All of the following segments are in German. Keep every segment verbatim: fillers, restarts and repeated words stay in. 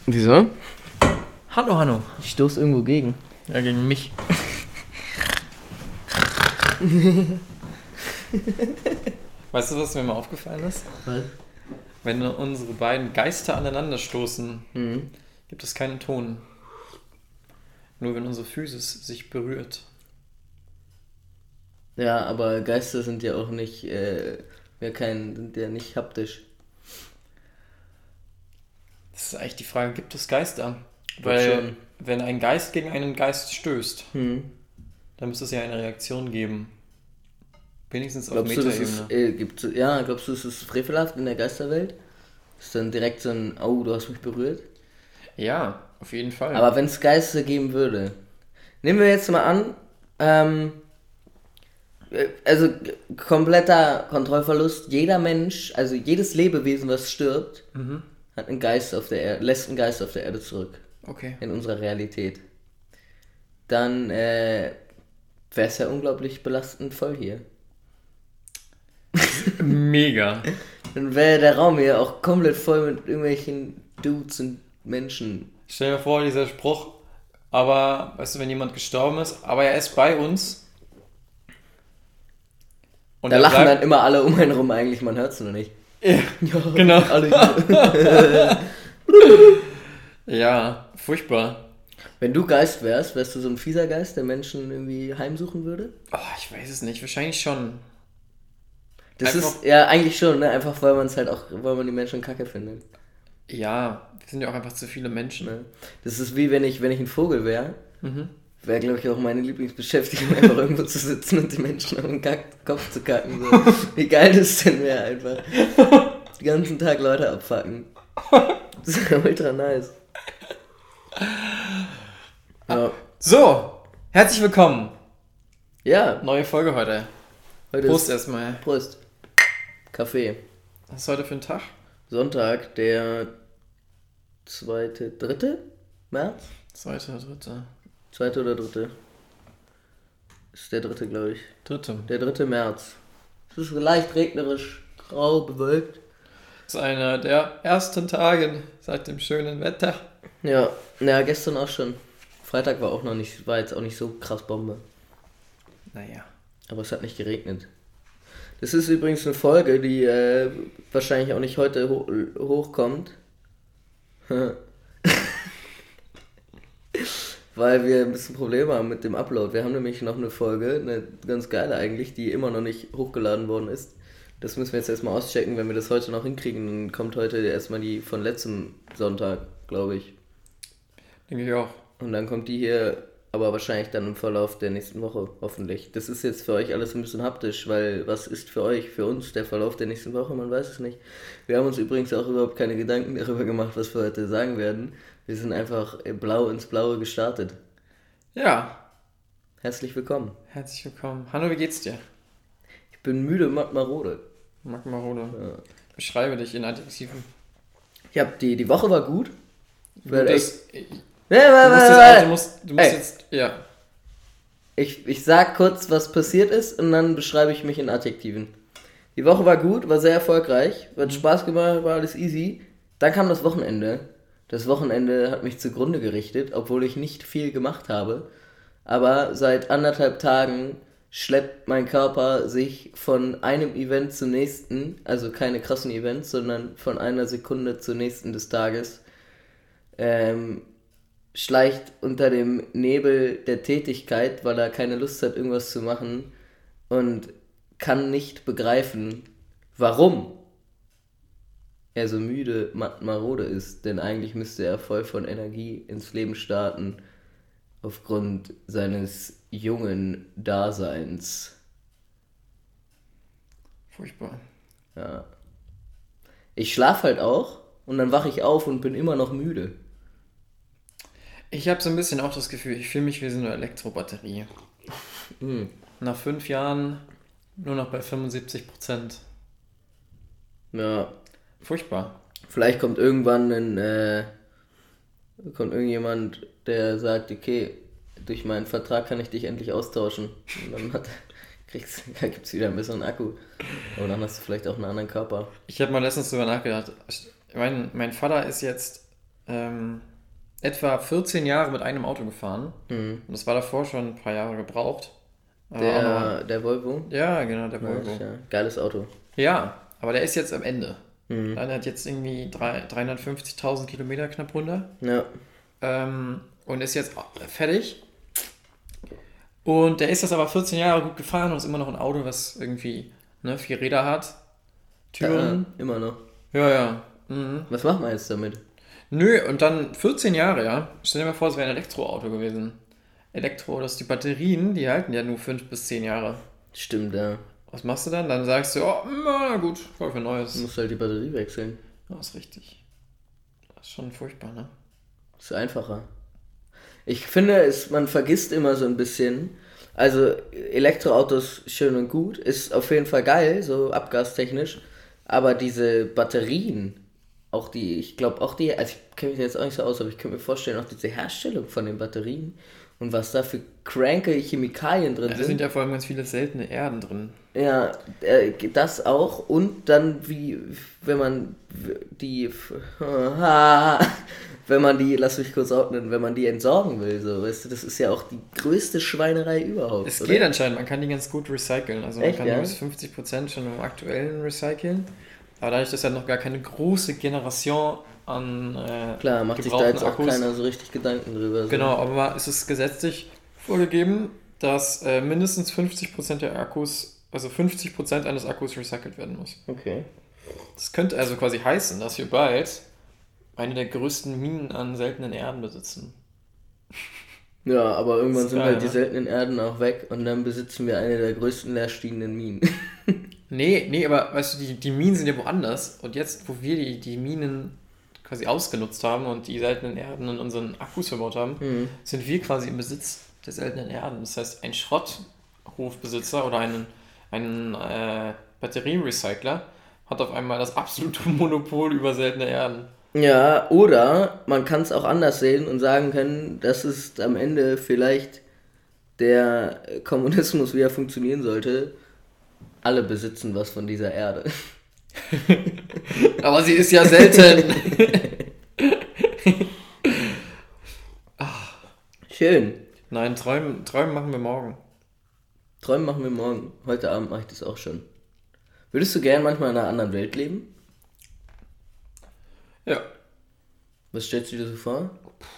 Wieso? Hallo, Hanno. Ich stoß irgendwo gegen. Ja, gegen mich. Weißt du, was mir mal aufgefallen ist? Was? Wenn unsere beiden Geister aneinander stoßen, Mhm. gibt es keinen Ton. Nur wenn unsere Physis sich berührt. Ja, aber Geister sind ja auch nicht, äh, ja kein, sind ja nicht haptisch. Das ist eigentlich die Frage, gibt es Geister? Ich glaub Weil schon. wenn ein Geist gegen einen Geist stößt, Hm. dann müsste es ja eine Reaktion geben. Wenigstens auf Glaubst du, das ist, Metaebene. äh, gibt's, ja, glaubst du, es ist frevelhaft in der Geisterwelt? Ist dann direkt so ein, oh, du hast mich berührt? Ja, auf jeden Fall. Aber wenn es Geister geben würde, nehmen wir jetzt mal an, ähm, äh, also g- kompletter Kontrollverlust, jeder Mensch, also jedes Lebewesen, was stirbt, mhm. hat einen Geist auf der Erde, lässt einen Geist auf der Erde zurück, Okay. in unserer Realität. Dann äh, wäre es ja unglaublich belastend voll hier. Mega. Dann wäre der Raum hier auch komplett voll mit irgendwelchen Dudes und Menschen. Stell dir vor, dieser Spruch, aber, weißt du, wenn jemand gestorben ist, aber er ist bei uns. Und Da er lachen bleibt- dann immer alle um einen rum, eigentlich, man hört es nur nicht. Ja, Ja, genau. alle hier. Ja, furchtbar. Wenn du Geist wärst, wärst du so ein fieser Geist, der Menschen irgendwie heimsuchen würde? Oh, ich weiß es nicht, wahrscheinlich schon. Das Einfach- ist, ja, eigentlich schon, ne? Einfach weil man es halt auch, weil man die Menschen kacke findet. Ja, wir sind ja auch einfach zu viele Menschen. Ne? Das ist wie wenn ich, wenn ich ein Vogel wäre, Mhm. wäre, glaube ich, auch meine Lieblingsbeschäftigung, einfach irgendwo zu sitzen und die Menschen auf den Kack- Kopf zu kacken. So. Wie geil das denn wäre, einfach. Den ganzen Tag Leute abfacken. Das ist ja ultra nice. Ja. So, herzlich willkommen. Ja, Neue Folge heute. heute Prost ist erstmal. Prost. Kaffee. Was ist heute für ein Tag? Sonntag, der zweite, dritte März? Zweite, dritte. Zweite oder dritte? Ist der dritte, glaube ich. Dritte. Der dritte März. Es ist leicht regnerisch, grau, bewölkt. Das ist einer der ersten Tage seit dem schönen Wetter. Ja, ja, gestern auch schon. Freitag war auch noch nicht, war jetzt auch nicht so krass Bombe. Naja. Aber es hat nicht geregnet. Das ist übrigens eine Folge, die äh, wahrscheinlich auch nicht heute ho hochkommt. Weil wir ein bisschen Probleme haben mit dem Upload. Wir haben nämlich noch eine Folge, eine ganz geile eigentlich, die immer noch nicht hochgeladen worden ist. Das müssen wir jetzt erstmal auschecken. Wenn wir das heute noch hinkriegen, dann kommt heute erstmal die von letztem Sonntag, glaube ich. Denke ich auch. Und dann kommt die hier, aber wahrscheinlich dann im Verlauf der nächsten Woche, hoffentlich. Das ist jetzt für euch alles ein bisschen haptisch, weil was ist für euch, für uns der Verlauf der nächsten Woche? Man weiß es nicht. Wir haben uns übrigens auch überhaupt keine Gedanken darüber gemacht, was wir heute sagen werden. Wir sind einfach blau ins Blaue gestartet. Ja, Herzlich willkommen. herzlich willkommen. Hanno, wie geht's dir? Ich bin müde, matt marode. Marc Marode. Ja. Beschreibe dich in Adjektiven. Ich hab die, die Woche war gut. Du, Weil das, echt- du Nee, warte, musst, warte, jetzt, warte. du musst, du musst Ey. jetzt, ja. Ich, ich sag kurz, was passiert ist und dann beschreibe ich mich in Adjektiven. Die Woche war gut, war sehr erfolgreich, hat Spaß gemacht, war alles easy. Dann kam das Wochenende. Das Wochenende hat mich zugrunde gerichtet, obwohl ich nicht viel gemacht habe. Aber seit anderthalb Tagen schleppt mein Körper sich von einem Event zum nächsten, also keine krassen Events, sondern von einer Sekunde zur nächsten des Tages. Ähm, schleicht unter dem Nebel der Tätigkeit, weil er keine Lust hat, irgendwas zu machen und kann nicht begreifen, warum er so müde, matt, marode ist, denn eigentlich müsste er voll von Energie ins Leben starten, aufgrund seines jungen Daseins. Furchtbar. Ja. Ich schlaf halt auch und dann wache ich auf und bin immer noch müde. Ich habe so ein bisschen auch das Gefühl, ich fühle mich wie so eine Elektrobatterie. Hm. Nach fünf Jahren nur noch bei fünfundsiebzig Prozent. Ja. Furchtbar. Vielleicht kommt irgendwann ein, äh, kommt irgendjemand, der sagt, okay, durch meinen Vertrag kann ich dich endlich austauschen. Und dann hat, kriegst, gibt's wieder ein bisschen Akku. Aber dann hast du vielleicht auch einen anderen Körper. Ich habe mal letztens drüber nachgedacht. Mein, mein Vater ist jetzt ähm, etwa vierzehn Jahre mit einem Auto gefahren. Mhm. Und das war davor schon ein paar Jahre gebraucht. Aber auch Der, noch- der Volvo. ja, genau, der Volvo. Ja, geiles Auto. Ja, aber der ist jetzt am Ende. Mhm. Der hat jetzt irgendwie drei- dreihundertfünfzigtausend Kilometer knapp runter. Ja. Ähm, und ist jetzt fertig. Und der ist das aber vierzehn Jahre gut gefahren und ist immer noch ein Auto, was irgendwie ne, vier Räder hat. Türen. Ja, immer noch. Ja, ja. Mhm. Was macht man jetzt damit? Nö, und dann vierzehn Jahre, ja. Stell dir mal vor, es wäre ein Elektroauto gewesen. Elektro, dass die Batterien, die halten ja nur fünf bis zehn Jahre. Stimmt, ja. Was machst du dann? Dann sagst du, oh, na gut, voll für Du Neues. musst halt die Batterie wechseln. Ja, ist richtig. Das ist schon furchtbar, ne? Ist einfacher. Ich finde, es, man vergisst immer so ein bisschen. Also, Elektroautos schön und gut, ist auf jeden Fall geil, so abgastechnisch. Aber diese Batterien, auch die, ich glaube auch die, also ich kenne mich jetzt auch nicht so aus, aber ich könnte mir vorstellen, auch diese Herstellung von den Batterien und was da für cranke Chemikalien drin Ja, da sind. sind ja vor allem ganz viele seltene Erden drin. Ja, äh, das auch. Und dann wie, wenn man die, wenn man die, lass mich kurz ordnen, wenn man die entsorgen will, so, weißt du, das ist ja auch die größte Schweinerei überhaupt. Es oder? geht anscheinend, man kann die ganz gut recyceln. Also man Echt, kann ja? nur bis fünfzig Prozent schon im aktuellen recyceln. Aber dadurch, dass ja noch gar keine große Generation an äh, Klar, macht sich da gebrauchten jetzt auch Akkus. keiner so richtig Gedanken drüber. So. Genau, aber es ist gesetzlich vorgegeben, dass äh, mindestens fünfzig Prozent der Akkus, also fünfzig Prozent eines Akkus recycelt werden muss. Okay. Das könnte also quasi heißen, dass wir bald eine der größten Minen an seltenen Erden besitzen. Ja, aber irgendwann ist sind geil, halt die ne? seltenen Erden auch weg und dann besitzen wir eine der größten leerstehenden Minen. Nee, nee, aber weißt du, die, die Minen sind ja woanders. Und jetzt, wo wir die, die Minen quasi ausgenutzt haben und die seltenen Erden in unseren Akkus verbaut haben, Mhm. sind wir quasi im Besitz der seltenen Erden. Das heißt, ein Schrotthofbesitzer oder einen, einen äh, Batterierecycler hat auf einmal das absolute Monopol über seltene Erden. Ja, oder man kann es auch anders sehen und sagen können, das ist am Ende vielleicht der Kommunismus, wie er funktionieren sollte. Alle besitzen was von dieser Erde. Aber sie ist ja selten. Schön. Nein, träumen, träumen machen wir morgen. Träumen machen wir morgen. Heute Abend mache ich das auch schon. Würdest du gern manchmal in einer anderen Welt leben? Ja. Was stellst du dir so vor?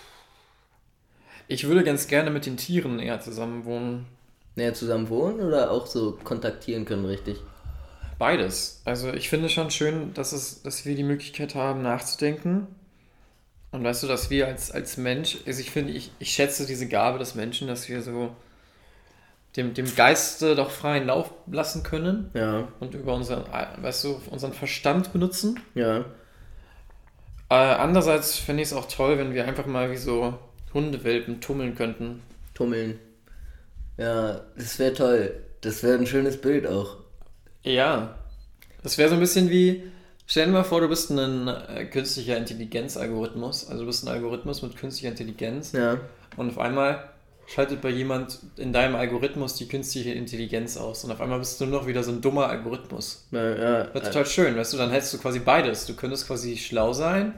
Ich würde ganz gerne mit den Tieren eher zusammen wohnen. Näher zusammen wohnen oder auch so kontaktieren können, richtig? Beides. Also ich finde schon schön, dass, es, dass wir die Möglichkeit haben, nachzudenken. Und weißt du, dass wir als, als Mensch, also ich finde, ich, ich schätze diese Gabe des Menschen, dass wir so dem, dem Geiste doch freien Lauf lassen können Ja, und über unseren, weißt du, unseren Verstand benutzen. ja. Äh, andererseits finde ich es auch toll, wenn wir einfach mal wie so Hundewelpen tummeln könnten. Tummeln. Ja, das wäre toll. Das wäre ein schönes Bild auch. Ja, das wäre so ein bisschen wie, stell dir mal vor, du bist ein äh, künstlicher Intelligenz-Algorithmus, also du bist ein Algorithmus mit künstlicher Intelligenz Ja. und auf einmal schaltet bei jemand in deinem Algorithmus die künstliche Intelligenz aus und auf einmal bist du nur noch wieder so ein dummer Algorithmus. Ja, ja. Wäre total schön, weißt du, dann hättest du quasi beides. Du könntest quasi schlau sein.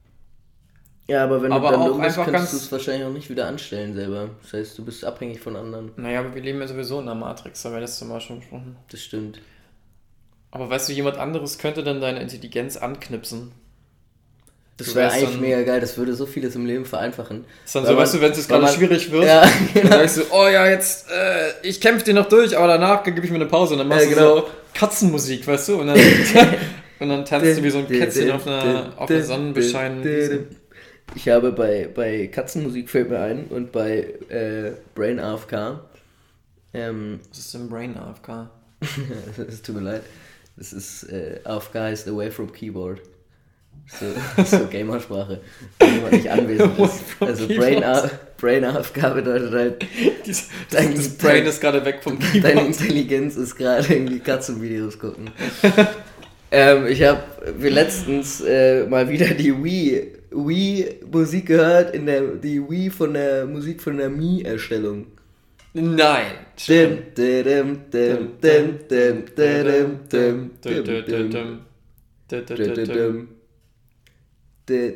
Ja, aber wenn Aber du dann auch dumm bist, einfach könntest du ganz- es wahrscheinlich auch nicht wieder anstellen selber. Das heißt, du bist abhängig von anderen. Naja, aber wir leben ja sowieso in der Matrix, haben wir letztes Mal schon besprochen. Das stimmt. Aber weißt du, jemand anderes könnte dann deine Intelligenz anknipsen. Das Du wäre wärst eigentlich dann- mega geil. Das würde so vieles im Leben vereinfachen. Das ist dann Weil so, man- weißt du, wenn es jetzt weil gerade man- schwierig wird, Ja, dann genau. sagst du, oh ja, jetzt, äh, ich kämpfe dir noch durch, aber danach gebe ich mir eine Pause und dann machst Ja, du genau. so Katzenmusik, weißt du, und dann, und dann tanzt du wie so ein Kätzchen auf einer, auf einer sonnenbescheinenen Wiese. Ich habe bei, bei Katzenmusik fällt mir ein und bei äh, Brain A F K. Ähm, Was ist denn Brain A F K? es tut mir leid. Das ist, äh, A F K heißt Away from Keyboard. So, so Gamersprache, wenn jemand nicht anwesend ist. from Also Keyboard. Brain, A, Brain A F K bedeutet halt, Dies- Dein- Das, das Brain ist gerade weg vom deine Keyboard. Intelligenz ist gerade irgendwie Katzenvideos gucken. ähm, ich habe letztens äh, mal wieder die Wii, Wii Musik gehört, in der, die Wii von der Musik von der Mii-Erstellung. Nein. Dim, dim, dim, dim, dim, dim, dim, dim, dim, dim, dim, dim. Und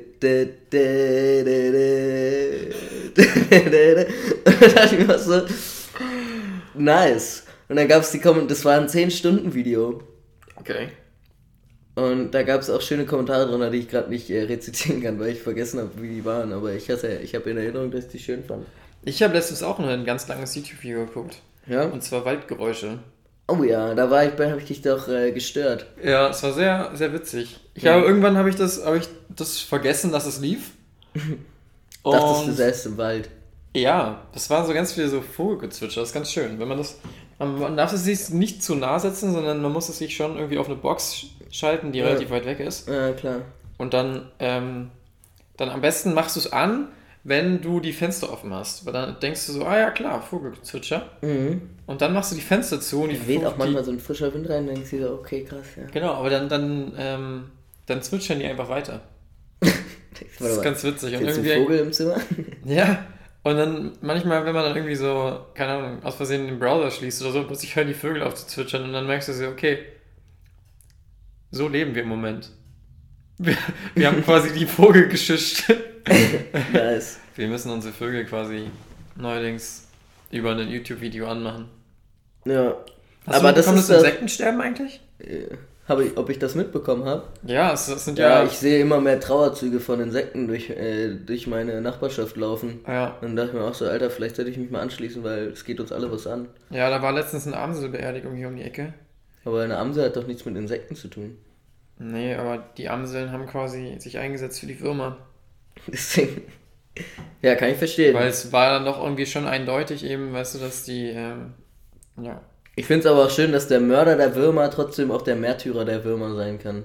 dann dachte ich mir so, nice. Und dann gab es die Kommentare, das war ein zehn Stunden Video. Okay. Und da gab es auch schöne Kommentare drunter, die ich gerade nicht äh, rezitieren kann, weil ich vergessen habe, wie die waren. Aber ich, ich habe in Erinnerung, dass ich die schön fand. Ich habe letztens auch noch ein ganz langes YouTube-Video geguckt. Ja? Und zwar Waldgeräusche. Oh ja, da war ich bei, habe ich dich doch äh, gestört. Ja, es war sehr, sehr witzig. Ich ja. habe irgendwann habe ich das, habe ich das vergessen, dass es lief. Dachtest du selbst im Wald? Ja, das waren so ganz viele so Vogelgezwitscher. Das ist ganz schön, wenn man das, man, man darf es sich nicht zu nah setzen, sondern man muss es sich schon irgendwie auf eine Box schalten, die ja. relativ weit weg ist. Ja, klar. Und dann, ähm, dann am besten machst du es an, wenn du die Fenster offen hast. Weil dann denkst du so, ah ja klar, Vogelgezwitscher. Mhm. Und dann machst du die Fenster zu. Und die da weht auch manchmal die, so ein frischer Wind rein, dann denkst du so, okay, krass, ja. Genau, aber dann, dann, ähm, dann zwitschern die einfach weiter. Das ist ganz witzig. Und irgendwie ein Vogel im Zimmer? Ja, und dann manchmal, wenn man dann irgendwie so, keine Ahnung, aus Versehen den Browser schließt oder so, plötzlich hören die Vögel auf zu zwitschern und dann merkst du so, okay, so leben wir im Moment. Wir, wir haben quasi die Vogel geschischt. Nice. Wir müssen unsere Vögel quasi neuerdings über ein YouTube-Video anmachen. Ja. Hast aber du das ist das Insektensterben eigentlich? Äh, habe ich, ob ich das mitbekommen habe? Ja, es, es sind ja... Ja, ich sehe immer mehr Trauerzüge von Insekten durch, äh, durch meine Nachbarschaft laufen. Ja. Und dann dachte ich mir auch so, Alter, vielleicht sollte ich mich mal anschließen, weil es geht uns alle was an. Ja, da war letztens eine Amselbeerdigung hier um die Ecke. Aber eine Amsel hat doch nichts mit Insekten zu tun. Nee, aber die Amseln haben quasi sich eingesetzt für die Würmer. Deswegen... Ja, kann ich verstehen. Weil es war dann doch irgendwie schon eindeutig eben, weißt du, dass die, ähm, ja. Ich finde es aber auch schön, dass der Mörder der Würmer trotzdem auch der Märtyrer der Würmer sein kann.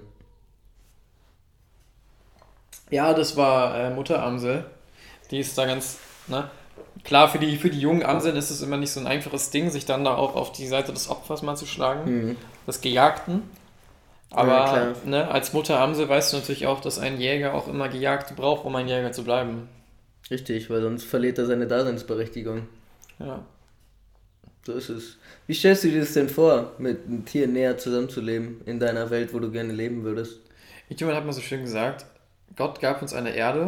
Ja, das war äh, Mutteramsel. Die ist da ganz, ne? Klar, für die, für die jungen Amseln ist es immer nicht so ein einfaches Ding, sich dann da auch auf die Seite des Opfers mal zu schlagen, mhm. des Gejagten. Aber ja, ne, als Mutteramsel weißt du natürlich auch, dass ein Jäger auch immer Gejagte braucht, um ein Jäger zu bleiben. Richtig, weil sonst verliert er seine Daseinsberechtigung. Ja. So ist es. Wie stellst du dir das denn vor, mit einem Tier näher zusammenzuleben in deiner Welt, wo du gerne leben würdest? Jemand hat mal so schön gesagt, Gott gab uns eine Erde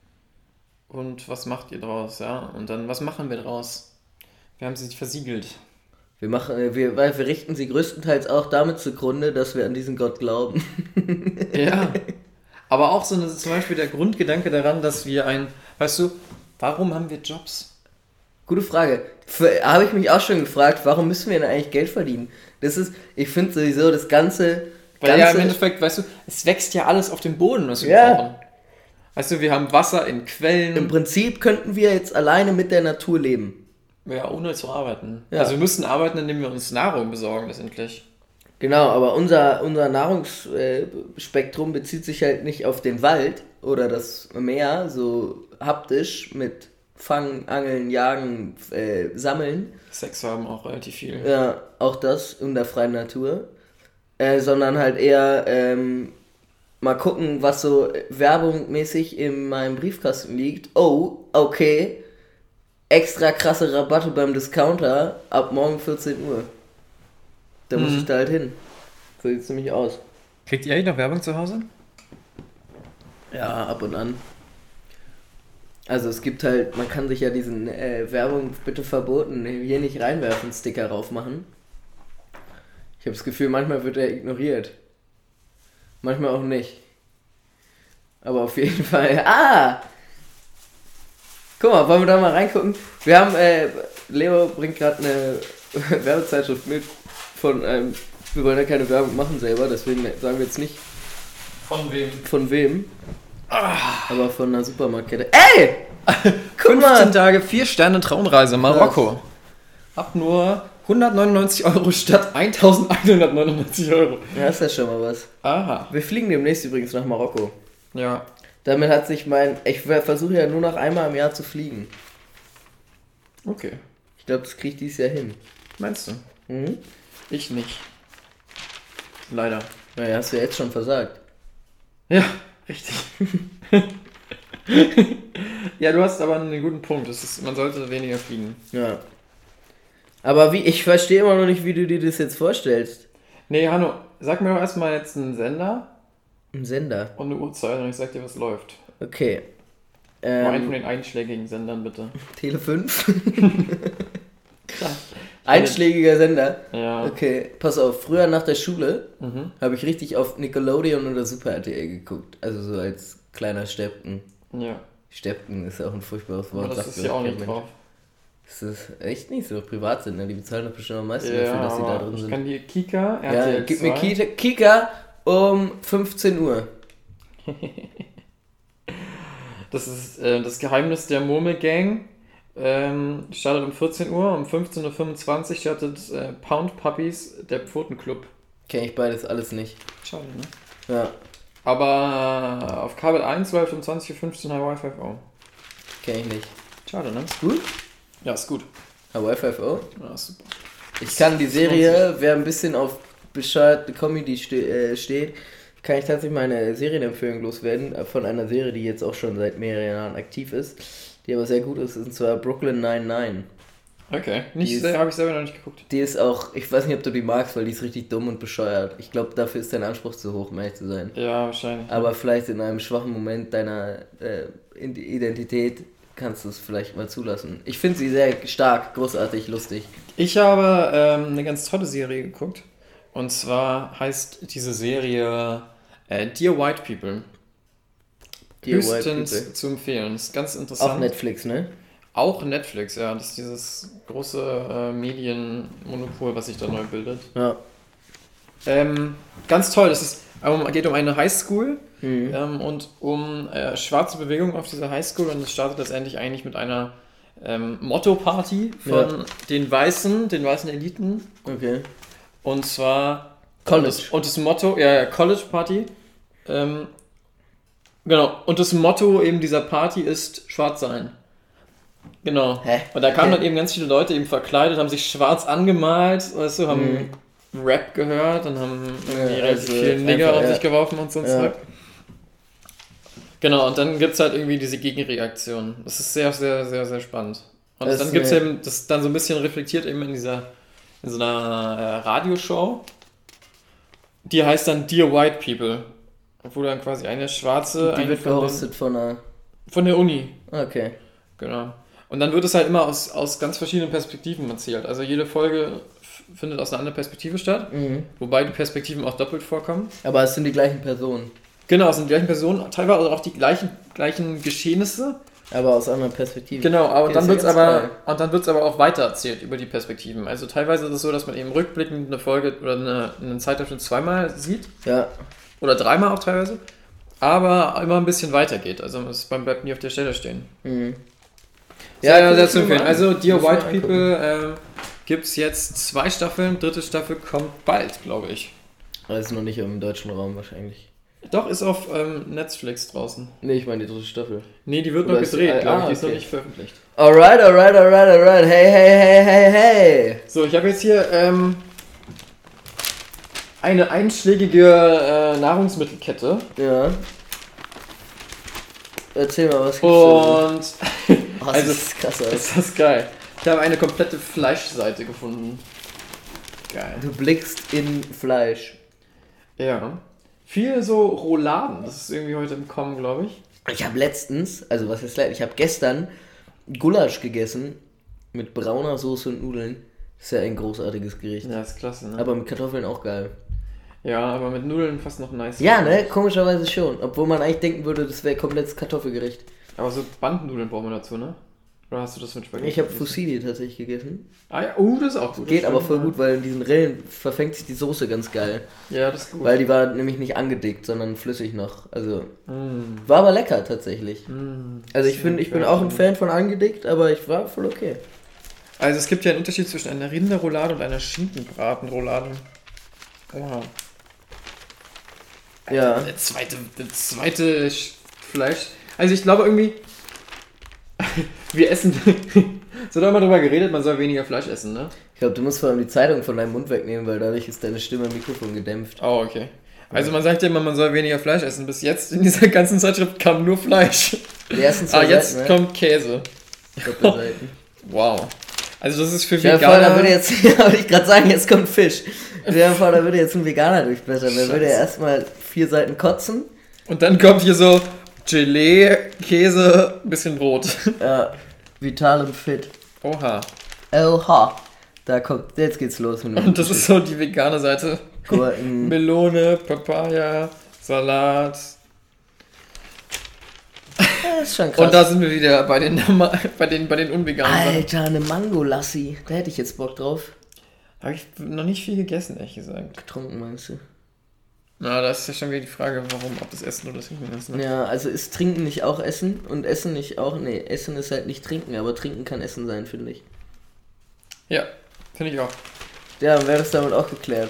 und was macht ihr draus? Ja? Und dann, was machen wir draus? Wir haben sie versiegelt. Wir, machen, wir, weil wir richten sie größtenteils auch damit zugrunde, dass wir an diesen Gott glauben. Ja, aber auch so eine, zum Beispiel der Grundgedanke daran, dass wir ein, weißt du, warum haben wir Jobs? Gute Frage. Habe ich mich auch schon gefragt, warum müssen wir denn eigentlich Geld verdienen? Das ist, ich finde sowieso das ganze... Weil ganze ja im Endeffekt, weißt du, es wächst ja alles auf dem Boden, was wir ja. brauchen. Weißt du, wir haben Wasser in Quellen. Im Prinzip könnten wir jetzt alleine mit der Natur leben. Ja, ohne zu arbeiten. Ja. Also wir müssen arbeiten, indem wir uns Nahrung besorgen, letztendlich. Genau, aber unser, unser Nahrungsspektrum bezieht sich halt nicht auf den Wald oder das Meer, so haptisch mit Fangen, Angeln, Jagen, äh, Sammeln. Sex haben auch relativ viel. Ja, auch das in der freien Natur. Äh, sondern halt eher ähm, mal gucken, was so werbungmäßig in meinem Briefkasten liegt. Oh, okay. Extra krasse Rabatte beim Discounter ab morgen vierzehn Uhr. Da mhm. muss ich da halt hin. So sieht es nämlich aus. Kriegt ihr eigentlich noch Werbung zu Hause? Ja, ab und an. Also es gibt halt, man kann sich ja diesen äh, Werbung bitte verboten, hier nicht reinwerfen, Sticker raufmachen. Ich habe das Gefühl, manchmal wird er ignoriert. Manchmal auch nicht. Aber auf jeden Fall, ah! Guck mal, wollen wir da mal reingucken? Wir haben, äh, Leo bringt gerade eine Werbezeitschrift mit von einem, wir wollen ja keine Werbung machen selber, deswegen sagen wir jetzt nicht von wem. Von wem. Ah. Aber von einer Supermarktkette. Ey! Guck mal! fünfzehn Tage, vier Sterne Traumreise, Marokko. Ab nur hundertneunundneunzig Euro statt eintausendeinhundertneunundneunzig Euro. Ja, ist ja schon mal was. Aha. Wir fliegen demnächst übrigens nach Marokko. Ja. Damit hat sich mein... Ich versuche ja nur noch einmal im Jahr zu fliegen. Okay. Ich glaube, das kriege ich dieses Jahr hin. Meinst du? Mhm. Ich nicht. Leider. Naja, hast du ja jetzt schon versagt. Ja, richtig. Ja, du hast aber einen guten Punkt. Das ist, man sollte weniger fliegen. Ja. Aber wie, ich verstehe immer noch nicht, wie du dir das jetzt vorstellst. Nee, Hanno, sag mir doch erstmal jetzt einen Sender, Ein Sender. Und eine Uhrzeit und ich sag dir, was läuft. Okay. Nur einen Ähm, von den einschlägigen Sendern, bitte. Tele fünf. Klar. Einschlägiger Sender. Ja. Okay, pass auf. Früher nach der Schule Mhm. habe ich richtig auf Nickelodeon oder Super R T L geguckt. Also so als kleiner Steppen. Ja. Steppen ist auch ein furchtbares Wort. Aber das sagt ist ja auch kein nicht Mensch. drauf. Das ist echt nicht so. Privatsender, die bezahlen doch bestimmt am meisten Ja, dafür, dass sie da aber drin ich sind. kann dir Kika, R T Ja, L gib mir zwei. Kita, Kika um fünfzehn Uhr. Das ist äh, das Geheimnis der Murmelgang. Ähm, startet um vierzehn Uhr, um fünfzehn Uhr fünfundzwanzig startet äh, Pound Puppies, der Pfotenclub. Kenn ich beides alles nicht. Schade, ne? Ja, Aber äh, auf Kabel eins läuft um zwanzig Uhr fünfzehn Hawaii fünf O. kenn ich nicht. Schade, ne? Gut? Ja, ist gut. Hawaii fünf O? Ja, ist super. Ich kann die Serie, wer ein bisschen auf bescheuerte Comedy ste äh, steht, kann ich tatsächlich meine Serienempfehlung loswerden. äh, Von einer Serie, die jetzt auch schon seit mehreren Jahren aktiv ist, die aber sehr gut ist, und zwar Brooklyn Nine-Nine. Okay, Die nicht ist- sehr, habe ich selber noch nicht geguckt. Die ist auch, ich weiß nicht, ob du die magst, weil die ist richtig dumm und bescheuert. Ich glaube, dafür ist dein Anspruch zu hoch, um ehrlich zu sein. Ja, wahrscheinlich. Aber vielleicht in einem schwachen Moment deiner äh, Identität kannst du es vielleicht mal zulassen. Ich finde sie sehr stark, großartig, lustig. Ich habe ähm, eine ganz tolle Serie geguckt. Und zwar heißt diese Serie äh, Dear White People. Dear White Höchstens People. zu empfehlen. Das ist ganz interessant. Auf Netflix, ne? Auch Netflix, ja. Das ist dieses große äh, Medienmonopol, was sich da neu bildet. Ja. Ähm, ganz toll. Das ist, ähm, geht um eine Highschool Mhm. ähm, und um äh, schwarze Bewegung auf dieser Highschool. Und es startet letztendlich eigentlich mit einer ähm, Motto-Party von Ja. den Weißen, den weißen Eliten. Okay. Und zwar College. Und das, und das Motto, ja, ja, College Party. Ähm, genau. Und das Motto eben dieser Party ist schwarz sein. Genau. Hä? Und da kamen Hä? dann eben ganz viele Leute eben verkleidet, haben sich schwarz angemalt, weißt du, haben Rap gehört und haben irgendwie Ja, relativ also viel Nigger einfach, auf ja. sich geworfen und so ein Ja. Zeug. Genau, und dann gibt es halt irgendwie diese Gegenreaktion. Das ist sehr, sehr, sehr, sehr spannend. Und Das dann ist gibt es eine- eben, das dann so ein bisschen reflektiert eben in dieser, in so einer äh, Radioshow. Die heißt dann Dear White People. Wo dann quasi eine schwarze, Die eine wird von, den, gehostet von einer... von der Uni. Okay. Genau. Und dann wird es halt immer aus, aus ganz verschiedenen Perspektiven erzählt. Also jede Folge f- findet aus einer anderen Perspektive statt, Mhm. wobei die Perspektiven auch doppelt vorkommen. Aber es sind die gleichen Personen. Genau, es sind die gleichen Personen, teilweise auch die gleichen, gleichen Geschehnisse. Aber aus anderen Perspektiven. Genau, aber Okay, dann das ist wird's ja ganz aber geil. und dann wird's aber auch weiter erzählt über die Perspektiven. Also teilweise ist es so, dass man eben rückblickend eine Folge oder eine, einen Zeitabschnitt zweimal sieht Ja. oder dreimal auch teilweise, aber immer ein bisschen weitergeht. Also es man bleibt nie auf der Stelle stehen. Mhm. Ja, ja, guck sehr ich zu mir empfehlen. mal an. Also Dear Muss ich White mal angucken. People ähm, gibt's jetzt zwei Staffeln, dritte Staffel kommt bald, glaube ich. Aber das ist noch nicht im deutschen Raum wahrscheinlich. Doch, ist auf ähm, Netflix draußen. Nee, ich meine die dritte Staffel. Nee, die wird Oder noch ist- gedreht, ah, glaube ich, ah, die ist noch okay. nicht veröffentlicht. Alright, alright, alright, alright. Hey, hey, hey, hey, hey. So, ich habe jetzt hier ähm, eine einschlägige äh, Nahrungsmittelkette. Ja. Erzähl mal, was gibt's da? Und Oh, das also- ist krass, Alter. ist das geil. Ich habe eine komplette Fleischseite gefunden. Geil. Du blickst in Fleisch. Ja. Viel so Rouladen, das ist irgendwie heute im Kommen, glaube ich. Ich habe letztens, also was ist leid, ich habe gestern Gulasch gegessen mit brauner Soße und Nudeln. Das ist ja ein großartiges Gericht. Ja, ist klasse, ne? Aber mit Kartoffeln auch geil. Ja, aber mit Nudeln fast noch nice. Ja, ne? Komischerweise schon. Obwohl man eigentlich denken würde, das wäre komplettes Kartoffelgericht. Aber so Bandnudeln brauchen wir dazu, ne? Oder hast du das mit Spaghetti? Ich habe gegessen? Fusilli tatsächlich gegessen. Ah ja, uh, das ist auch gut. Geht das aber stimmt, voll ja. gut, weil in diesen Rillen verfängt sich die Soße ganz geil. Ja, das ist gut. Weil die war nämlich nicht angedickt, sondern flüssig noch. Also Mm, war aber lecker tatsächlich. mm, Also ich sehr finde, ich bin geil. auch ein Fan von angedickt, aber ich war voll okay. Also es gibt ja einen Unterschied zwischen einer Rinderroulade und einer Schinkenbratenroulade. Oha. Ja. Der zweite, der zweite Sch- Fleisch. Also ich glaube irgendwie, wir essen. Es wird auch mal drüber geredet, man soll weniger Fleisch essen, ne? Ich glaube, du musst vor allem die Zeitung von deinem Mund wegnehmen, weil dadurch ist deine Stimme im Mikrofon gedämpft. Oh, okay. Also man sagt ja immer, man soll weniger Fleisch essen. Bis jetzt in dieser ganzen Zeitschrift kam nur Fleisch. Die ersten Ah, zwei jetzt Seiten, ne? kommt Käse. Doppelseiten. Wow. Also das ist für Veganer... Vor, da würde jetzt, ja, wollte ich gerade sagen, jetzt kommt Fisch. Vor, da würde jetzt ein Veganer durchblättern. Der würde ja erstmal vier Seiten kotzen. Und dann kommt hier so Gelee, Käse, ein bisschen Brot. Ja, vital und fit. Oha. Oha. Da kommt, jetzt geht's los. Mit und das Fisch. Ist so die vegane Seite. Gurken. Melone, Papaya, Salat... Das ist schon krass. Und da sind wir wieder bei den, bei den, bei den unveganen Sachen. Alter, eine Mango-Lassi. Da hätte ich jetzt Bock drauf. Habe ich noch nicht viel gegessen, ehrlich gesagt. Getrunken, meinst du? Na, das ist ja schon wieder die Frage, warum, ob das Essen oder das Trinken ist. Ne? Ja, also ist Trinken nicht auch Essen? Und Essen nicht auch? Nee, Essen ist halt nicht Trinken, aber Trinken kann Essen sein, finde ich. Ja, finde ich auch. Ja, dann wäre das damit auch geklärt.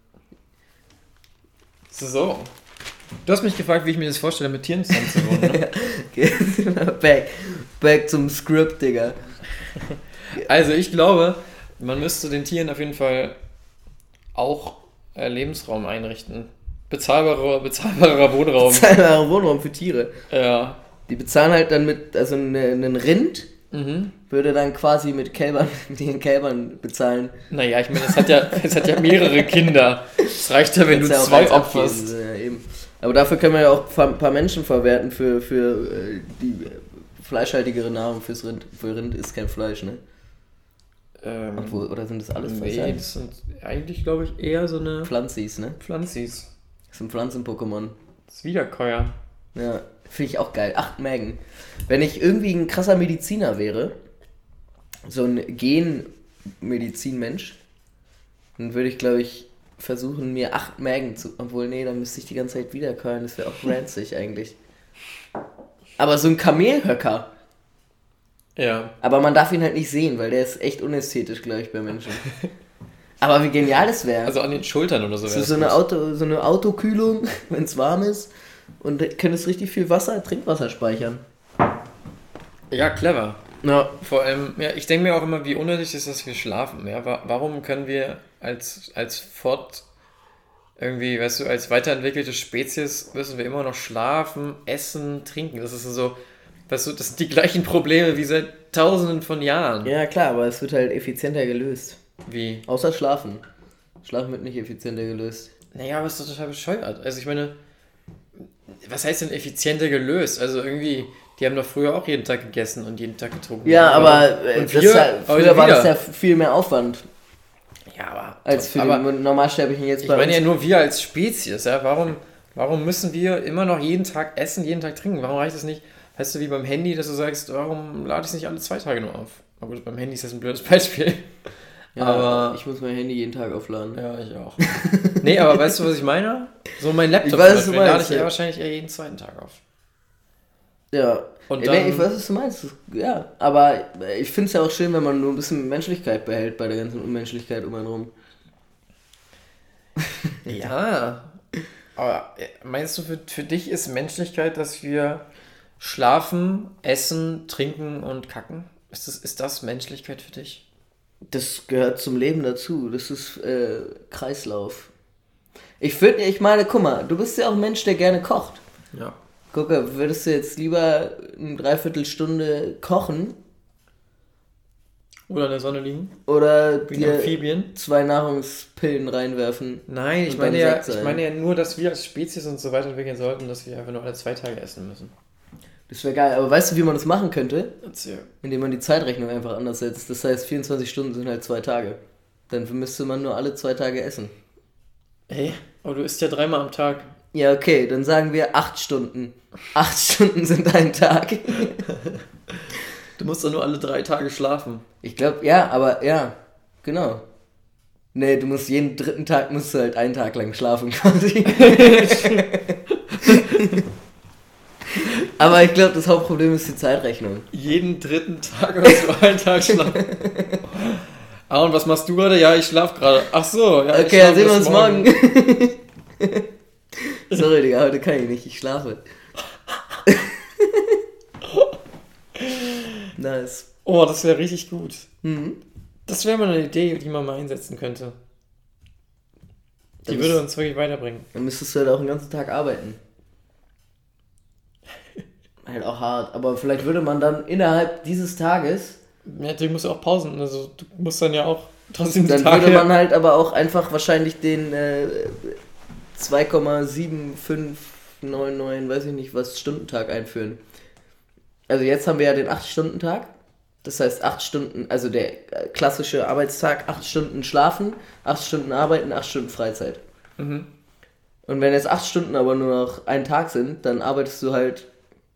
So. Du hast mich gefragt, wie ich mir das vorstelle, mit Tieren zusammen zu wohnen, ne? back, back zum Script, Digga. Also ich glaube, man müsste den Tieren auf jeden Fall auch äh, Lebensraum einrichten. Bezahlbarer, bezahlbarer Wohnraum. Bezahlbarer Wohnraum für Tiere. Ja. Die bezahlen halt dann mit, also einen Rind mhm. würde dann quasi mit Kälbern, mit den Kälbern bezahlen. Naja, ich meine, es hat ja, es hat ja mehrere Kinder. Es reicht ja, wenn du ja zwei opferst. Ja, eben. Aber dafür können wir ja auch ein paar Menschen verwerten für, für äh, die fleischhaltigere Nahrung fürs Rind. Für Rind ist kein Fleisch, ne? Ähm, Obwohl, oder sind das alles Fleisch? Nee, das sind eigentlich, glaube ich, eher so eine... Pflanzis, ne? Pflanzis. Das sind Pflanzen-Pokémon. Das ist Wiederkäuer. Ja, finde ich auch geil. Acht Mägen. Wenn ich irgendwie ein krasser Mediziner wäre, so ein Gen-Medizin-Mensch, dann würde ich, glaube ich, versuchen, mir acht Mägen zu... Obwohl, nee, dann müsste ich die ganze Zeit wiederkäuen. Das wäre auch ranzig eigentlich. Aber so ein Kamelhöcker. Ja. Aber man darf ihn halt nicht sehen, weil der ist echt unästhetisch, glaube ich, bei Menschen. Aber wie genial das wäre. Also an den Schultern oder so. So, so, eine Auto, so eine Autokühlung, wenn es warm ist. Und du könntest richtig viel Wasser, Trinkwasser speichern. Ja, clever. Ja. Vor allem, ja, ich denke mir auch immer, wie unnötig ist, dass wir schlafen. Ja? Warum können wir als, als fort, irgendwie, weißt du, als weiterentwickelte Spezies müssen wir immer noch schlafen, essen, trinken. Das ist so, weißt du, das sind die gleichen Probleme wie seit tausenden von Jahren. Ja, klar, aber es wird halt effizienter gelöst. Wie? Außer Schlafen. Schlafen wird nicht effizienter gelöst. Naja, aber es ist doch total bescheuert. Also ich meine, was heißt denn effizienter gelöst? Also irgendwie... Die haben doch früher auch jeden Tag gegessen und jeden Tag getrunken. Ja, aber und das wir, halt, früher war das ja viel mehr Aufwand. Ja, aber... Als für aber, die Normalsterblichen jetzt bei Ich meine uns. Ja nur wir als Spezies, ja. Warum, warum müssen wir immer noch jeden Tag essen, jeden Tag trinken? Warum reicht das nicht, weißt du, wie beim Handy, dass du sagst, warum lade ich es nicht alle zwei Tage nur auf? Aber gut, beim Handy ist das ein blödes Beispiel. Ja, aber ich muss mein Handy jeden Tag aufladen. Ja, ich auch. Nee, aber weißt du, was ich meine? So mein Laptop, ich weiß, den lade ich ja wahrscheinlich eher jeden zweiten Tag auf. Ja, und dann, ich weiß, was du meinst. Ja, aber ich finde es ja auch schön, wenn man nur ein bisschen Menschlichkeit behält bei der ganzen Unmenschlichkeit um einen rum. Ja, aber meinst du, für, für dich ist Menschlichkeit, dass wir schlafen, essen, trinken und kacken? Ist das, ist das Menschlichkeit für dich? Das gehört zum Leben dazu. Das ist äh, Kreislauf. Ich finde, ich meine, guck mal, du bist ja auch ein Mensch, der gerne kocht. Ja. Guck mal, würdest du jetzt lieber eine Dreiviertelstunde kochen? Oder in der Sonne liegen? Oder wie dir Amphibien? zwei Nahrungspillen reinwerfen? Nein, ich meine, ja, ich meine ja nur, dass wir als Spezies uns so weiterentwickeln sollten, dass wir einfach nur alle zwei Tage essen müssen. Das wäre geil, aber weißt du, wie man das machen könnte? Erzähl. Indem man die Zeitrechnung einfach anders setzt. Das heißt, vierundzwanzig Stunden sind halt zwei Tage. Dann müsste man nur alle zwei Tage essen. Hey, aber du isst ja dreimal am Tag. Ja, okay, dann sagen wir acht Stunden. Acht Stunden sind ein Tag. Du musst doch nur alle drei Tage schlafen. Ich glaube, ja, aber ja, genau. Nee, du musst jeden dritten Tag, musst du halt einen Tag lang schlafen quasi. Aber ich glaube, das Hauptproblem ist die Zeitrechnung. Jeden dritten Tag oder so einen Tag schlafen. Ah, und was machst du gerade? Ja, ich schlaf gerade. Ach so, ja, okay, dann sehen wir uns morgen. morgen. Sorry, Digga, heute kann ich nicht, ich schlafe. Nice. Oh, das wäre richtig gut. Mhm. Das wäre mal eine Idee, die man mal einsetzen könnte. Die dann würde uns wirklich weiterbringen. Dann müsstest du halt auch den ganzen Tag arbeiten. Halt auch hart. Aber vielleicht würde man dann innerhalb dieses Tages Ja, deswegen musst du auch pausen. Also du musst dann ja auch trotzdem die Dann Tage... würde man halt aber auch einfach wahrscheinlich den äh, zwei Komma sieben fünf neun neun, weiß ich nicht was, Stundentag einführen. Also jetzt haben wir ja den acht-Stunden-Tag. Das heißt acht Stunden, also der klassische Arbeitstag, acht Stunden schlafen, acht Stunden arbeiten, acht Stunden Freizeit. Mhm. Und wenn jetzt acht Stunden aber nur noch ein Tag sind, dann arbeitest du halt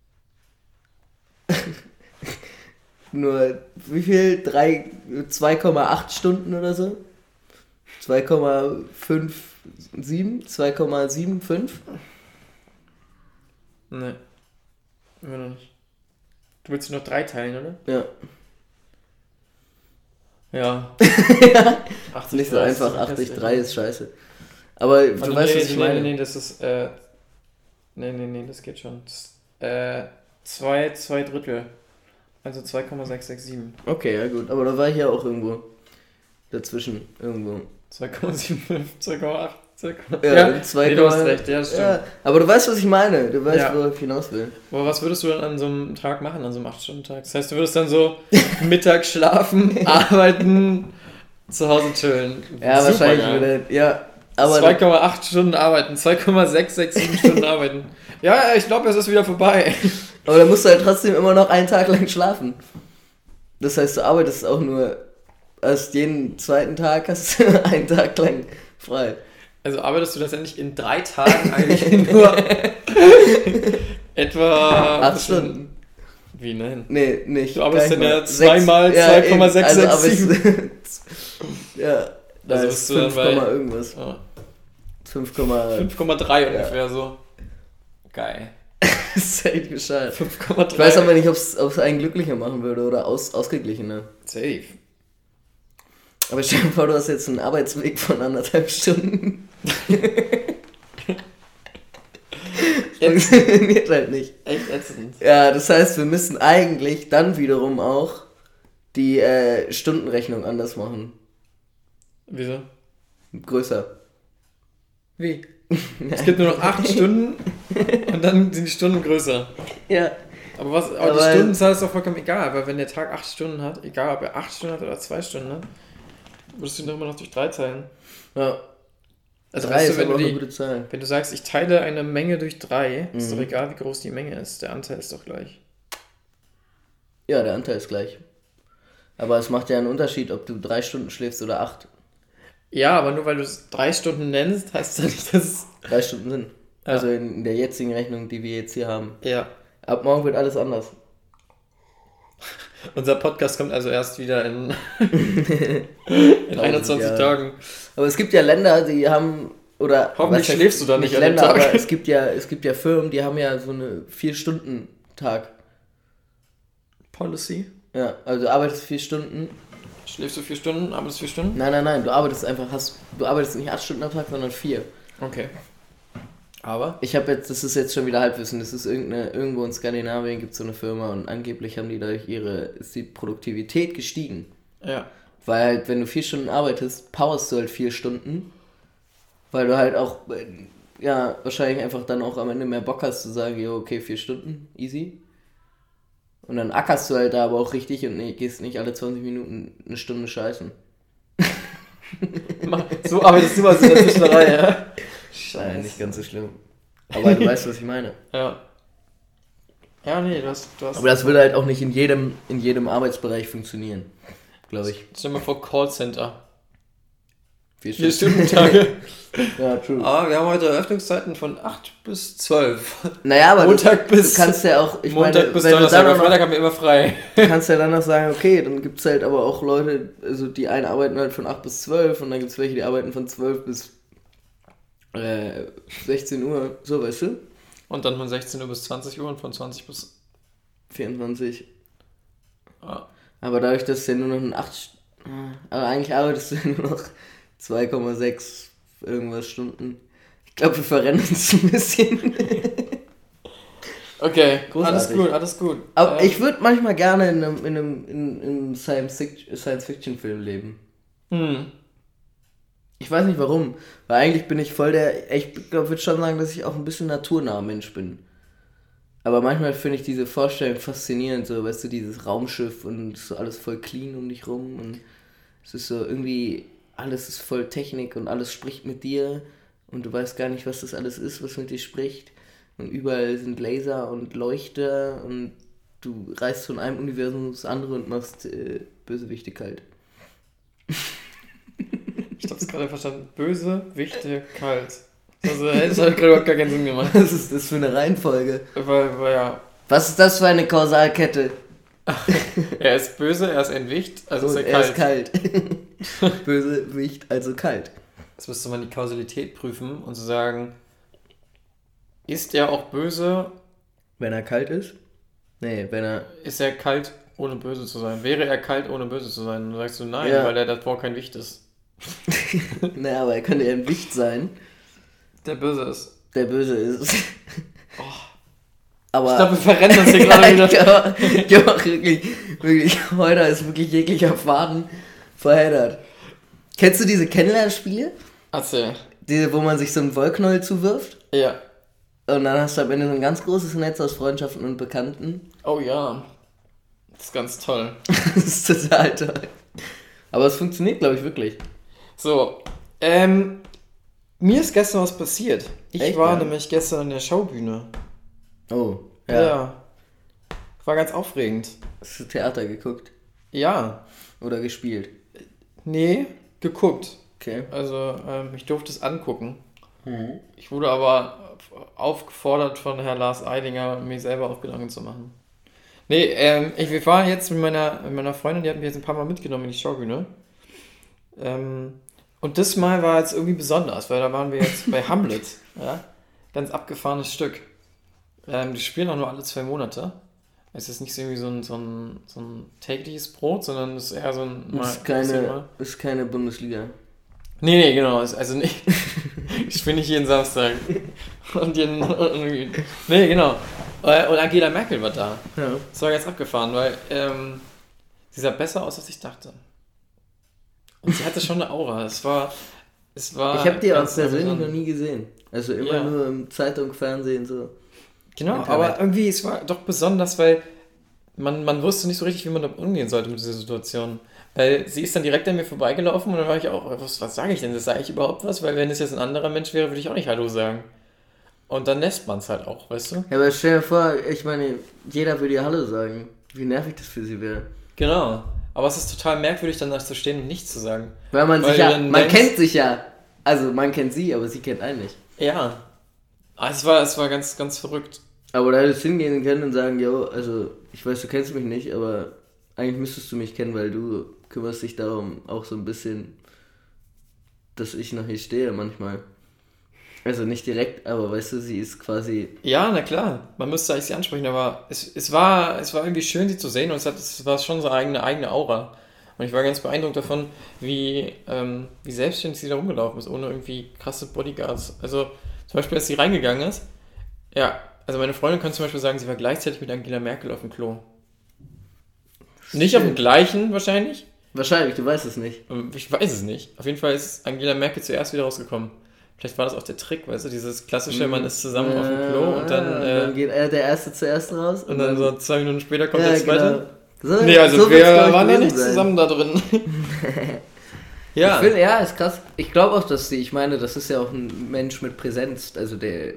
nur, wie viel? drei, zwei Komma acht Stunden oder so? zwei Komma fünf sieben? zwei Komma sieben fünf? Nee. Immer noch nicht. Du willst nur noch drei teilen, oder? Ja. Ja. Ja. achtzig, Nicht so drei einfach, ist achtzig, hässlich. drei ist scheiße. Aber du Also weißt, nee, was ich nee, meine. Nee, nee, das ist, äh, nee, nee, nee, das geht schon. Das, äh, zwei, zwei Drittel. Also zwei Komma sechs sechs sieben. Okay, ja gut, aber da war ich ja auch irgendwo dazwischen, irgendwo. zwei Komma sieben fünf, zwei Komma acht, zwei Komma Ja, ja zwei nee, du hast recht, ja, das stimmt. Ja, aber du weißt, was ich meine. Du weißt, Ja. worauf ich hinaus will. Aber was würdest du dann an so einem Tag machen, an so einem acht Stunden Tag? Das heißt, du würdest dann so Mittag schlafen, arbeiten, zu Hause chillen. Ja, Super wahrscheinlich geil. würde, ja. Aber zwei Komma acht Stunden arbeiten, zwei Komma sechs sechs sieben Stunden arbeiten. Ja, ja, ich glaube, es ist wieder vorbei. Aber dann musst du halt trotzdem immer noch einen Tag lang schlafen. Das heißt, du arbeitest auch nur, erst jeden zweiten Tag hast du einen Tag lang frei. Also arbeitest du letztendlich in drei Tagen eigentlich nur etwa... Acht Stunden. Wie, nein? Nee, nicht. Du arbeitest gleich dann ja mal. zweimal Sechs- zwei Komma sechs eben, sechs also sieben. Ja, da Also ist bist du dann fünf, bei- irgendwas. Ja, fünf, Komma- fünf Komma drei ungefähr so. Geil. Das ist echt bescheuert. fünf Komma drei. Ich weiß aber nicht, ob es einen glücklicher machen würde oder aus, ausgeglichener. Safe. Aber stell dir vor, du hast jetzt einen Arbeitsweg von anderthalb Stunden. Funktioniert halt nicht. Echt ätzend. Ja, das heißt, wir müssen eigentlich dann wiederum auch die äh, Stundenrechnung anders machen. Wieso? Größer. Wie? Es gibt nur noch acht Stunden und dann sind die Stunden größer. Ja. Aber, was, aber, Aber- die Stundenzahl ist doch vollkommen egal, weil wenn der Tag acht Stunden hat, egal ob er acht Stunden hat oder zwei Stunden hat, würdest du ihn doch immer noch durch drei teilen. Ja. Also Drei weißt du, ist wenn aber auch du, eine die, gute Zahl. wenn du sagst, ich teile eine Menge durch drei, ist Mhm. doch egal, wie groß die Menge ist. Der Anteil ist doch gleich. Ja, der Anteil ist gleich. Aber es macht ja einen Unterschied, ob du drei Stunden schläfst oder acht. Ja, aber nur weil du es drei Stunden nennst, heißt das nicht, dass es... Drei Stunden sind. Ja. Also in der jetzigen Rechnung, die wir jetzt hier haben. Ja. Ab morgen wird alles anders. Unser Podcast kommt also erst wieder in, in einundzwanzig Jahre. Tagen. Aber es gibt ja Länder, die haben, oder... Hoffentlich was heißt- schläfst du da nicht an dem Länder, Tag. aber es gibt ja, es gibt ja Firmen, die haben ja so eine vier-Stunden-Tag. Policy. Ja, also du arbeitest vier Stunden. Schläfst du vier Stunden, arbeitest vier Stunden? Nein, nein, nein, du arbeitest einfach, hast, du arbeitest nicht acht Stunden am Tag, sondern vier. Okay. Aber? Ich habe jetzt, das ist jetzt schon wieder Halbwissen, das ist irgendeine, irgendwo in Skandinavien gibt es so eine Firma und angeblich haben die dadurch ihre, ist die Produktivität gestiegen. Ja. Weil halt, wenn du vier Stunden arbeitest, powerst du halt vier Stunden, weil du halt auch, äh, ja, wahrscheinlich einfach dann auch am Ende mehr Bock hast zu sagen, jo, okay, vier Stunden, easy. Und dann ackerst du halt da aber auch richtig und nee, gehst nicht alle zwanzig Minuten eine Stunde scheißen. So arbeitest du also in der Tischlerei, ja? Nein, nicht ganz so schlimm. Aber du weißt, was ich meine. Ja. Ja, nee, du hast... Du hast Aber das würde halt auch nicht in jedem, in jedem Arbeitsbereich funktionieren, glaube ich. Stell dir mal vor, Callcenter. Vier Vier Stundentage. Ja, true. Aber wir haben heute Öffnungszeiten von acht bis zwölf. Naja, aber Montag du, bis- du kannst ja auch, ich Montag meine, bis wenn du Donnerstag, dann am auch noch, Freitag haben wir immer frei. du kannst ja dann noch sagen, okay, dann gibt es halt aber auch Leute, also die einen arbeiten halt von acht bis zwölf und dann gibt es welche, die arbeiten von zwölf bis äh, sechzehn Uhr, so, weißt du? Und dann von sechzehn Uhr bis zwanzig Uhr und von zwanzig bis... vierundzwanzig. Ja. Aber dadurch, dass du ja nur noch ein acht, aber eigentlich arbeitest du ja nur noch zwei Komma sechs irgendwas Stunden. Ich glaube, wir verrennen uns ein bisschen. Okay, Großartig. alles gut, alles gut. Aber Ähm, ich würde manchmal gerne in einem, in einem, in, in einem Science-Fiction-Film leben. Hm. Ich weiß nicht warum, weil eigentlich bin ich voll der, ich glaube, würde schon sagen, dass ich auch ein bisschen naturnah Mensch bin. Aber manchmal finde ich diese Vorstellung faszinierend, so, weißt du, dieses Raumschiff und so alles voll clean um dich rum und es ist so irgendwie, alles ist voll Technik und alles spricht mit dir und du weißt gar nicht, was das alles ist, was mit dir spricht und überall sind Laser und Leuchter und du reist von einem Universum ins andere und machst äh, Bösewichte kalt. Ich hab's gerade verstanden. Bösewichte kalt. Also, das hat gerade überhaupt gar keinen Sinn gemacht. Was ist das für eine Reihenfolge? Weil, weil ja. Was ist das für eine Kausalkette? Er ist böse, er ist ein Wicht, also und ist er er kalt. ist kalt. Bösewicht, also kalt. Jetzt müsste man die Kausalität prüfen und zu sagen, ist er auch böse? Wenn er kalt ist? Nee, wenn er... Ist er kalt, ohne böse zu sein? Wäre er kalt, ohne böse zu sein? Und dann sagst du nein, Ja. weil er davor kein Wicht ist. naja, aber er könnte ja ein Wicht sein, Der böse ist. der böse ist. Oh. Aber... Ich glaube, wir verrennen uns hier gerade wieder. ja, ja, wirklich, wirklich, heute ist wirklich jeglicher Faden verheddert. Kennst du diese Kennenlernspiele? Erzähl. Diese, wo man sich so einen Wollknäuel zuwirft? Ja. Und dann hast du am Ende so ein ganz großes Netz aus Freundschaften und Bekannten. Oh ja. Das ist ganz toll. Das ist total toll. Aber es funktioniert, glaube ich, wirklich. So, ähm, mir ist gestern was passiert. Ich Echt, war ja? nämlich gestern an der Schaubühne. Oh, ja. Ja. War ganz aufregend. Hast du Theater geguckt? Ja. Oder gespielt? Nee, geguckt. Okay. Also, ähm, ich durfte es angucken. Mhm. Ich wurde aber aufgefordert von Herrn Lars Eidinger, mir selber auch Gedanken zu machen. Nee, ähm, ich, wir waren jetzt mit meiner, mit meiner Freundin, die hat mich jetzt ein paar Mal mitgenommen in die Schaubühne. Ähm, und das Mal war jetzt irgendwie besonders, weil da waren wir jetzt bei Hamlet. Ja? Ganz abgefahrenes Stück. Ähm, die spielen auch nur alle zwei Monate. Es ist nicht so irgendwie so ein, so ein, so ein tägliches Brot, sondern es ist eher so ein... Mal, Ist keine, ist keine Bundesliga. Nee, nee, genau. ist Also nicht. Ich spiele nicht jeden Samstag. Und jeden. Und, nee, genau. Und Angela Merkel war da. Ja. Das war ganz abgefahren, weil ähm, sie sah besser aus, als ich dachte. Und sie hatte schon eine Aura. Es war. Es war Ich habe die auch ganz persönlich amüsant. noch nie gesehen. Also immer Ja. nur im Zeitung, Fernsehen, so. Genau, Internet. aber irgendwie, es war doch besonders, weil man, man wusste nicht so richtig, wie man damit umgehen sollte mit dieser Situation. Weil sie ist dann direkt an mir vorbeigelaufen und dann war ich auch, was, was sage ich denn? Das sage ich überhaupt was? Weil wenn es jetzt ein anderer Mensch wäre, würde ich auch nicht Hallo sagen. Und dann lässt man es halt auch, weißt du? Ja, aber stell dir vor, ich meine, jeder würde ja Hallo sagen. Wie nervig das für sie wäre. Genau. Aber es ist total merkwürdig, dann da zu stehen und nichts zu sagen. Weil man Weil sich du ja, dann man denkst- kennt sich ja. Also man kennt sie, aber sie kennt einen nicht. Ja. Ah, es war, es war ganz, ganz verrückt. Aber da hättest du hingehen können und sagen, jo, also ich weiß, du kennst mich nicht, aber eigentlich müsstest du mich kennen, weil du kümmerst dich darum auch so ein bisschen, dass ich noch hier stehe manchmal. Also nicht direkt, aber weißt du, sie ist quasi... Ja, na klar. Man müsste eigentlich sie ansprechen, aber es, es, war, es war irgendwie schön, sie zu sehen und es, hat, es war schon so eine eigene Aura. Und ich war ganz beeindruckt davon, wie, ähm, wie selbstständig sie da rumgelaufen ist, ohne irgendwie krasse Bodyguards. Also zum Beispiel, als sie reingegangen ist, ja, also meine Freundin kann zum Beispiel sagen, sie war gleichzeitig mit Angela Merkel auf dem Klo. Nicht auf dem gleichen wahrscheinlich. Wahrscheinlich, du weißt es nicht. Ich weiß es nicht. Auf jeden Fall ist Angela Merkel zuerst wieder rausgekommen. Vielleicht war das auch der Trick, weißt du, dieses klassische, man ist zusammen auf dem Klo und dann, äh, dann geht er der Erste zuerst raus. und dann so zwei Minuten später kommt ja, der zweite. Genau. So, Nee, also so wird's, glaub wir ich, waren ja gewesen nicht sein. zusammen da drin. Ja. Ich finde, ja, ist krass. Ich glaube auch, dass sie, ich meine, das ist ja auch ein Mensch mit Präsenz. Also der,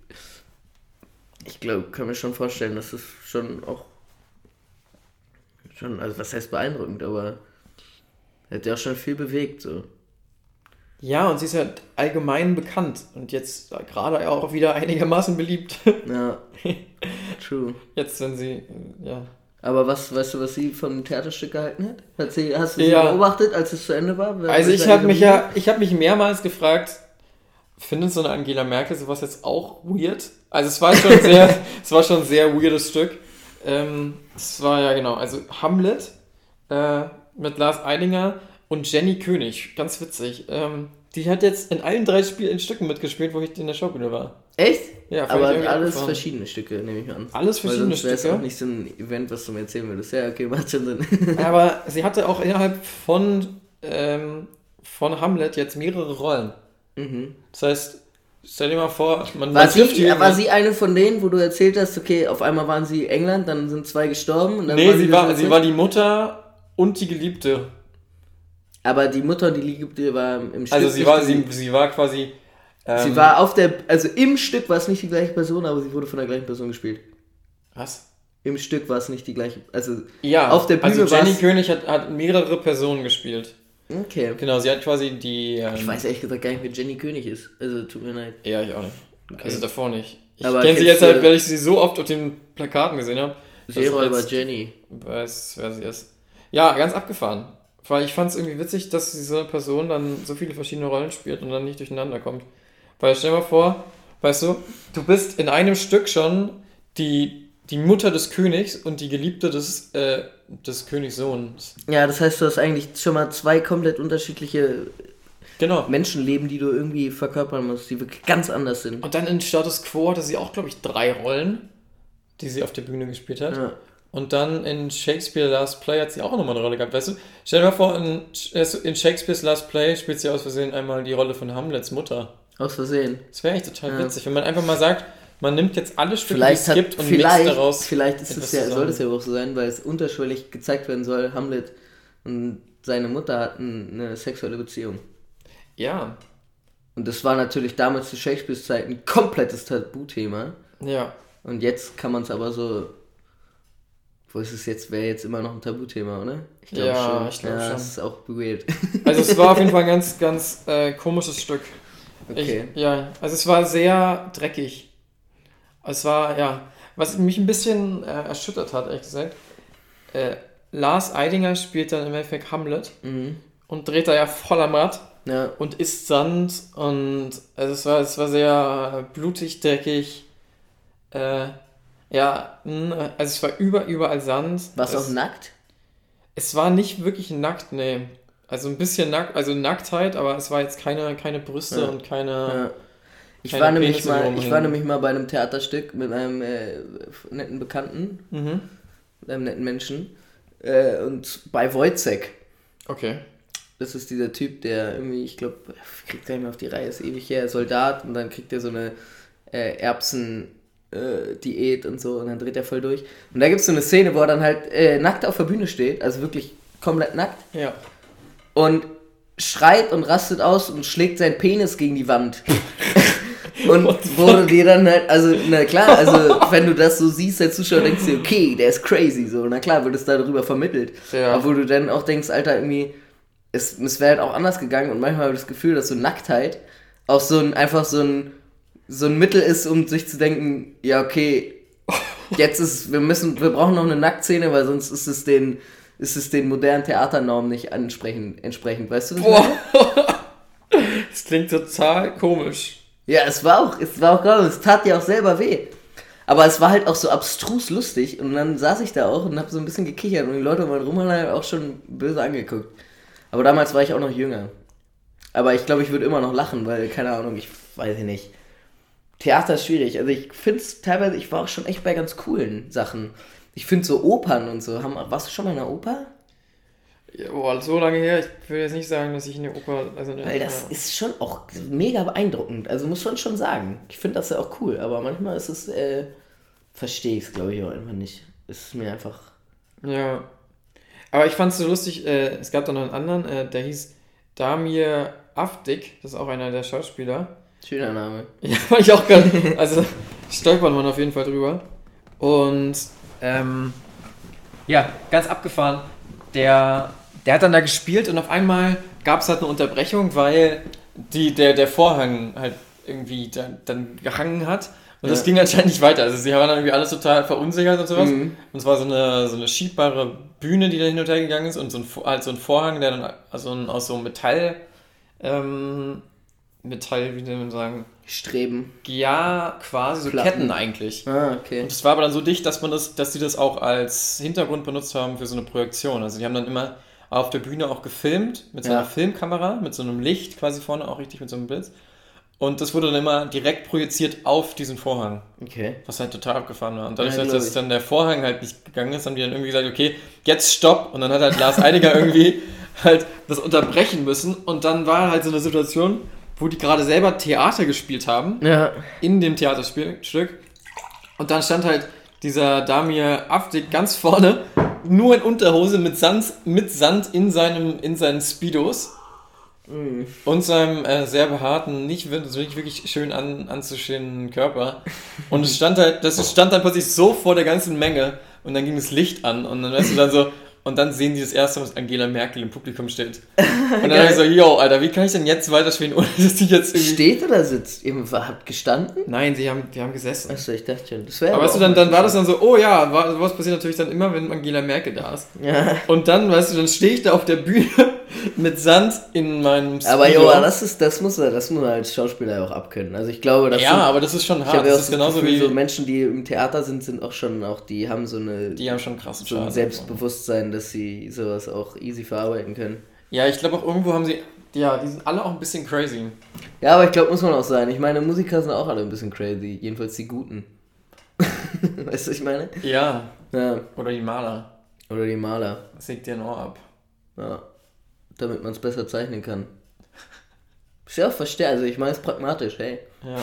ich glaube, kann mir schon vorstellen, dass es schon auch, schon, also was heißt beeindruckend, aber er hat ja auch schon viel bewegt, so. Ja, und sie ist ja allgemein bekannt und jetzt gerade auch wieder einigermaßen beliebt. Ja, true. Jetzt, wenn sie, ja. Aber was, weißt du, was sie vom Theaterstück gehalten hat? hat sie, hast du sie Ja. beobachtet, als es zu Ende war? Wer- Also wer ich ist habe mich ihre- ja, ich habe mich mehrmals gefragt, findet so eine Angela Merkel sowas jetzt auch weird? Also es war schon sehr, es war schon ein sehr weirdes Stück. Ähm, es war ja genau, also Hamlet äh, mit Lars Eidinger und Jenny König, ganz witzig. Ähm, die hat jetzt in allen drei Spiel in Stücken mitgespielt, wo ich in der Schaubühne war. Echt? Ja, fand ich aber irgendwie alles abgefahren. verschiedene Stücke, nehme ich mal an. Alles verschiedene Weil sonst wär's Stücke. auch nicht so ein Event, was du mir erzählen würdest. Ja, okay, macht schon Sinn. Aber sie hatte auch innerhalb von, ähm, von Hamlet jetzt mehrere Rollen. mhm. Das heißt, Stell dir mal vor, man, War, man trifft sie, die... war sie eine von denen, wo du erzählt hast, okay, auf einmal waren sie England, dann sind zwei gestorben? Und dann nee, waren sie die war, so sie war die Mutter und die Geliebte. Aber die Mutter und die Geliebte war im Stück... Also sie war, sie, sie war quasi... Ähm, sie war auf der... Also im Stück war es nicht die gleiche Person, aber sie wurde von der gleichen Person gespielt. Was? Im Stück war es nicht die gleiche... Also ja, auf der Bühne also Jenny war's, König hat, hat mehrere Personen gespielt. Okay. Genau, sie hat quasi die... Ähm, Ich weiß ehrlich gesagt gar nicht, wer Jenny König ist. Also tut mir leid. Ja, ich auch nicht. Okay. Also davor nicht. Ich Aber kenne sie kennst jetzt halt, du- weil ich sie so oft auf den Plakaten gesehen habe. Seeräuber Jenny. Weiß, wer sie ist. Ja, ganz abgefahren. Weil ich fand es irgendwie witzig, dass diese Person dann so viele verschiedene Rollen spielt und dann nicht durcheinander kommt. Weil stell dir mal vor, weißt du, du bist in einem Stück schon die, die Mutter des Königs und die Geliebte des, äh, des Königssohns. Ja, das heißt, du hast eigentlich schon mal zwei komplett unterschiedliche Genau. Menschenleben, die du irgendwie verkörpern musst, die wirklich ganz anders sind. Und dann in Status Quo hatte sie auch, glaube ich, drei Rollen, die sie auf der Bühne gespielt hat. Ja. Und dann in Shakespeare Last Play hat sie auch nochmal eine Rolle gehabt, weißt du? Stell dir mal vor, in, in Shakespeare's Last Play spielt sie aus Versehen einmal die Rolle von Hamlets Mutter. Aus Versehen. Das wäre eigentlich total Ja. witzig, wenn man einfach mal sagt, man nimmt jetzt alle Stücke, die Vielleicht, es hat, gibt und vielleicht, mixt daraus. vielleicht ist etwas es ja, zusammen. soll das ja auch so sein, weil es unterschwellig gezeigt werden soll, Hamlet und seine Mutter hatten eine sexuelle Beziehung. Ja, Und das war natürlich damals zu Shakespeares Zeit ein komplettes Tabuthema. ja. Und jetzt kann man es aber so... Wo ist es jetzt? Wäre jetzt immer noch ein Tabuthema, oder? Ich glaube Ja, schon. ich glaub ja, schon. das ist auch weird. Also es war auf jeden Fall ein ganz, ganz äh, komisches Stück. Okay. Ich, ja, also es war sehr dreckig. Es war, ja, was mich ein bisschen äh, erschüttert hat, ehrlich gesagt. Äh, Lars Eidinger spielt dann im Endeffekt Hamlet Mhm. und dreht da ja voller Matt Ja. und isst Sand und also es war, es war sehr blutig, dreckig. Äh, ja, mh, also es war über, überall Sand. War es es, auch nackt? Es war nicht wirklich nackt, nee. Also ein bisschen nackt, also Nacktheit, aber es war jetzt keine, keine Brüste Ja. und keine... Ja. Ich keine war, nämlich Penisse mal, ich rumhängen. war nämlich mal bei einem Theaterstück mit einem äh, netten Bekannten, Mhm. mit einem netten Menschen, äh, und bei Wojciech. Okay. Das ist dieser Typ, der irgendwie, ich glaube, kriegt gar nicht mehr auf die Reihe, ist ewig her, Soldat, und dann kriegt er so eine äh, Erbsen-Diät und so, und dann dreht er voll durch. Und da gibt es so eine Szene, wo er dann halt äh, nackt auf der Bühne steht, also wirklich komplett nackt, Ja. und schreit und rastet aus und schlägt seinen Penis gegen die Wand. Und wo du dir dann halt, also, na klar, also, wenn du das so siehst, als Zuschauer, denkst du dir, okay, der ist crazy, so, na klar, wird es darüber vermittelt. Ja. Aber wo du dann auch denkst, Alter, irgendwie, es, es wäre halt auch anders gegangen, und manchmal habe ich das Gefühl, dass so Nacktheit auch so ein, einfach so ein, so ein Mittel ist, um sich zu denken, ja, okay, jetzt ist, wir müssen, wir brauchen noch eine Nacktszene, weil sonst ist es den, ist es den modernen Theaternormen nicht ansprechend, entsprechend, weißt du, was ich meine? Boah. Das klingt total komisch. Ja, es war auch, es war auch gerade, es tat dir auch selber weh. Aber es war halt auch so abstrus lustig, und dann saß ich da auch und hab so ein bisschen gekichert, und die Leute um mich rum haben halt auch schon böse angeguckt. Aber damals war ich auch noch jünger. Aber ich glaube, ich würde immer noch lachen, weil, keine Ahnung, ich weiß nicht. Theater ist schwierig. Also ich finde es teilweise, ich war auch schon echt bei ganz coolen Sachen. Ich finde so Opern und so. Haben, warst du schon mal in einer Oper? Ja, boah, so lange her, ich will jetzt nicht sagen, dass ich in der Oper... Also eine, Weil das ja. ist schon auch mega beeindruckend. Also muss man schon sagen. Ich finde das ja auch cool. Aber manchmal ist es, äh, verstehe ich es, glaube ich, auch einfach nicht. Es ist mir einfach... Ja. Aber ich fand es so lustig, äh, es gab da noch einen anderen, äh, der hieß Damir Avdik, das ist auch einer der Schauspieler. Schöner Name. Ja, war ich auch gerade. Also stolpert man auf jeden Fall drüber. Und ähm, ja, ganz abgefahren. Der, der hat dann da gespielt, und auf einmal gab es halt eine Unterbrechung, weil die, der, der Vorhang halt irgendwie dann, dann gehangen hat. Und das Ja. ging anscheinend nicht weiter. Also sie waren dann irgendwie alles total verunsichert und sowas. Mhm. Und es war so eine, so eine schiebbare Bühne, die da hin und her gegangen ist, und so ein, halt so ein Vorhang, der dann also ein, aus so Metall, ähm, Metall, wie soll man sagen, Streben. ja, quasi so Platten. Ketten eigentlich. Ah, okay. Und es war aber dann so dicht, dass man das, dass die das auch als Hintergrund benutzt haben für so eine Projektion. Also die haben dann immer auf der Bühne auch gefilmt mit so einer Ja. Filmkamera, mit so einem Licht quasi vorne, auch richtig mit so einem Blitz. Und das wurde dann immer direkt projiziert auf diesen Vorhang, Okay. was halt total abgefahren war. Und dadurch, Ja, dass, glaub dass ich. dann der Vorhang halt nicht gegangen ist, haben die dann irgendwie gesagt, okay, jetzt stopp. Und dann hat halt Lars Eidinger irgendwie halt das unterbrechen müssen. Und dann war halt so eine Situation, wo die gerade selber Theater gespielt haben. Ja. In dem Theaterstück. Und dann stand halt dieser Damir Avdik ganz vorne, nur in Unterhose mit Sand, mit Sand in, seinem, in seinen Speedos. Mm. Und seinem äh, sehr behaarten, nicht wirklich, wirklich schön an, anzuscheinenden Körper. Und es stand halt, das stand dann plötzlich so vor der ganzen Menge und dann ging das Licht an und dann weißt du dann so, und dann sehen die das erste Mal, dass Angela Merkel im Publikum steht. Und dann habe ich so, yo, Alter, wie kann ich denn jetzt weiterspielen, ohne dass die jetzt irgendwie... Steht oder sitzt? Ihr habt gestanden? Nein, sie haben, die haben gesessen. Achso, ich dachte schon, das wäre... Aber weißt du, dann, dann war das dann so, oh ja, war, sowas passiert natürlich dann immer, wenn Angela Merkel da ist. Ja. Und dann, weißt du, dann stehe ich da auf der Bühne mit Sand in meinem Speedo. Aber jo, das ist, das muss er, das muss man als Schauspieler auch abkönnen. Also ich glaube, das Ja, sind, aber das ist schon hart. Das ist das genauso Gefühl, wie... so Menschen, die im Theater sind, sind auch schon auch, die haben so eine... Die haben schon krass so ein Selbstbewusstsein, dass sie sowas auch easy verarbeiten können. Ja, ich glaube auch irgendwo haben sie... Ja, die sind alle auch ein bisschen crazy. Ja, aber ich glaube, muss man auch sein. Ich meine, Musiker sind auch alle ein bisschen crazy. Jedenfalls die Guten. Weißt du, was ich meine? Ja. Ja. Oder die Maler. Oder die Maler. Das sägt dir ein Ohr ab. Ja. Damit man es besser zeichnen kann. Ist ja auch verstärkt. Also ich meine es pragmatisch, hey. Ja.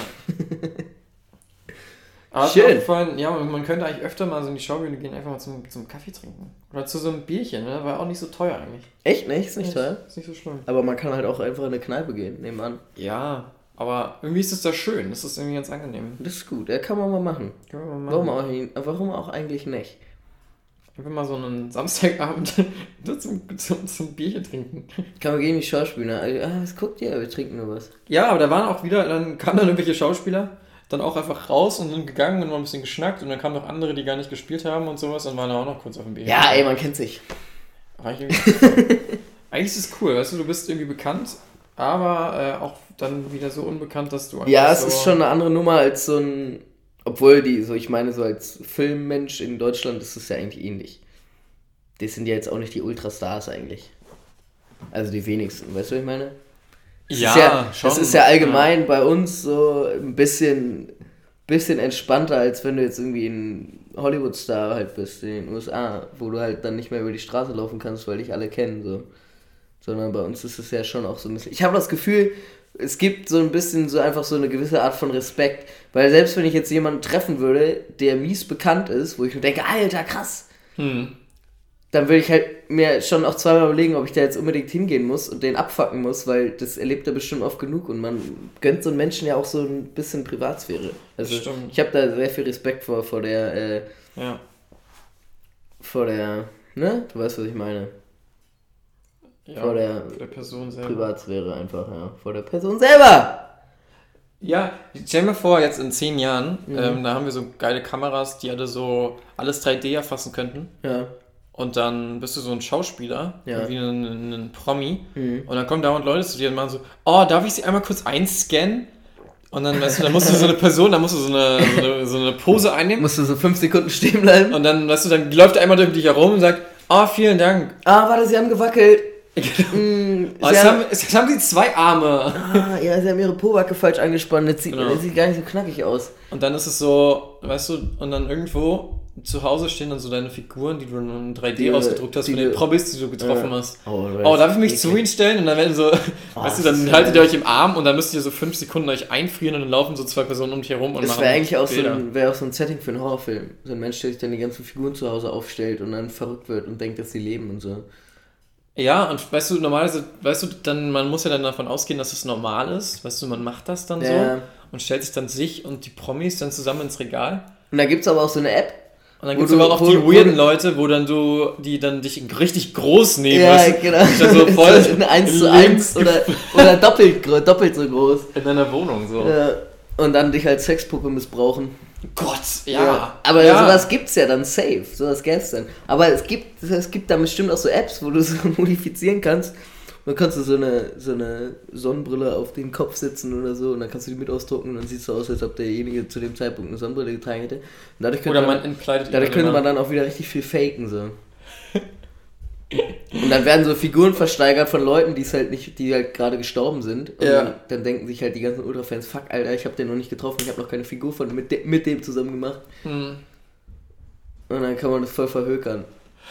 Aber schön. Gefallen, ja, man könnte eigentlich öfter mal so in die Schaubühne gehen, einfach mal zum, zum Kaffee trinken. Oder zu so einem Bierchen, ne? War auch nicht so teuer eigentlich. Echt nicht? Ist nicht ja, teuer? Ist nicht so schlimm. Aber man kann halt auch einfach in eine Kneipe gehen, nebenan. Ja, aber irgendwie ist es da schön. Das ist irgendwie ganz angenehm. Das ist gut, ja, kann man mal machen. Kann man mal warum, machen. Auch, warum auch eigentlich nicht? Einfach mal so einen Samstagabend zum, zum, zum Bierchen trinken. Kann man gehen in die Schauspieler. Ah, was guckt ihr? Wir trinken nur was. Ja, aber da waren auch wieder, dann kamen dann irgendwelche Schauspieler dann auch einfach raus und sind gegangen und mal ein bisschen geschnackt und dann kamen noch andere, die gar nicht gespielt haben und sowas und waren auch noch kurz auf dem Bierchen. Ja, ey, man kennt sich. Eigentlich, eigentlich ist es cool, weißt du, du bist irgendwie bekannt, aber äh, auch dann wieder so unbekannt, dass du... Ja, es so ist schon eine andere Nummer als so ein... Obwohl die, so ich meine, so als Filmmensch in Deutschland ist es ja eigentlich ähnlich. Die sind ja jetzt auch nicht die Ultrastars eigentlich. Also die wenigsten, weißt du, was ich meine? Das ja, ist ja, schon. Das ist ja allgemein ja. bei uns so ein bisschen, bisschen entspannter, als wenn du jetzt irgendwie ein Hollywood-Star halt bist in den U S A, wo du halt dann nicht mehr über die Straße laufen kannst, weil dich alle kennen, so. Sondern bei uns ist es ja schon auch so ein bisschen... Ich habe das Gefühl, es gibt so ein bisschen so einfach so eine gewisse Art von Respekt, weil selbst wenn ich jetzt jemanden treffen würde, der mies bekannt ist, wo ich mir denke, Alter, krass, hm. dann würde ich halt mir schon auch zweimal überlegen, ob ich da jetzt unbedingt hingehen muss und den abfucken muss, weil das erlebt er bestimmt oft genug und man gönnt so einen Menschen ja auch so ein bisschen Privatsphäre. Also Stimmt. ich habe da sehr viel Respekt vor, vor der, äh, ja. vor der, ne? Du weißt, was ich meine. Ja, vor der, der Person selber. Privatsphäre einfach, ja. Vor der Person selber! Ja, stell mir vor, jetzt in zehn Jahren, Mhm. ähm, da haben wir so geile Kameras, die alle so alles drei D erfassen könnten. Ja. Und dann bist du so ein Schauspieler, Ja. wie ein, ein Promi. Mhm. Und dann kommen dauernd Leute zu dir und machen so, oh, darf ich sie einmal kurz einscannen? Und dann, weißt du, dann musst du so eine Person, dann musst du so eine, so eine, so eine Pose einnehmen. Musst du so fünf Sekunden stehen bleiben? Und dann, weißt du, dann läuft er einmal durch dich herum und sagt, oh, vielen Dank. Ah, warte, sie haben gewackelt. mm, Oh, sie jetzt, haben, haben, jetzt haben sie zwei Arme. ah, ja, sie haben ihre Pobacke falsch angespannt. Das sieht, Genau. das sieht gar nicht so knackig aus. Und dann ist es so, weißt du, und dann irgendwo zu Hause stehen dann so deine Figuren, die du in drei D Die, ausgedruckt hast, die von den du- Promis, die du getroffen Ja. hast. Oh, Oh, darf ich mich zu ihnen stellen? Und dann werden so, weißt du, das dann ist haltet ihr geil. euch im Arm und dann müsst ihr so fünf Sekunden euch einfrieren und dann laufen so zwei Personen um dich herum und Das machen wäre eigentlich auch so Bilder. ein, wär auch so ein Setting für einen Horrorfilm. So ein Mensch, der sich dann die ganzen Figuren zu Hause aufstellt und dann verrückt wird und denkt, dass sie leben und so. Ja, und weißt du, normalerweise, weißt du, dann, man muss ja dann davon ausgehen, dass es normal ist. Weißt du, man macht das dann Ja. so und stellt sich dann sich und die Promis dann zusammen ins Regal. Und da gibt's aber auch so eine App. Und dann Wo gibt es du- aber auch wo- die wo weirden du- Leute, wo dann du, die dann dich richtig groß nehmen, Ja, weißt du? genau. Dich dann so voll in eins zu links eins oder, oder doppelt, gro- doppelt so groß. in deiner Wohnung so. Ja. Und dann dich als Sexpuppe missbrauchen. Gott, ja. Aber ja. sowas gibt's ja dann safe. Sowas gäb's dann. Aber es gibt, es gibt dann bestimmt auch so Apps, wo du so modifizieren kannst. Und dann kannst du so eine, so eine Sonnenbrille auf den Kopf setzen oder so und dann kannst du die mit ausdrucken und dann sieht es so aus, als ob derjenige zu dem Zeitpunkt eine Sonnenbrille getragen hätte. Und dadurch könnte Oder man, man entkleidet dadurch ihn könnte immer. man dann auch wieder richtig viel faken so. Und dann werden so Figuren versteigert von Leuten, die es halt nicht, die halt gerade gestorben sind. Und Ja. dann, dann denken sich halt die ganzen Ultra-Fans, fuck, Alter, ich hab den noch nicht getroffen, ich habe noch keine Figur von mit, de- mit dem zusammen gemacht. Hm. Und dann kann man das voll verhökern.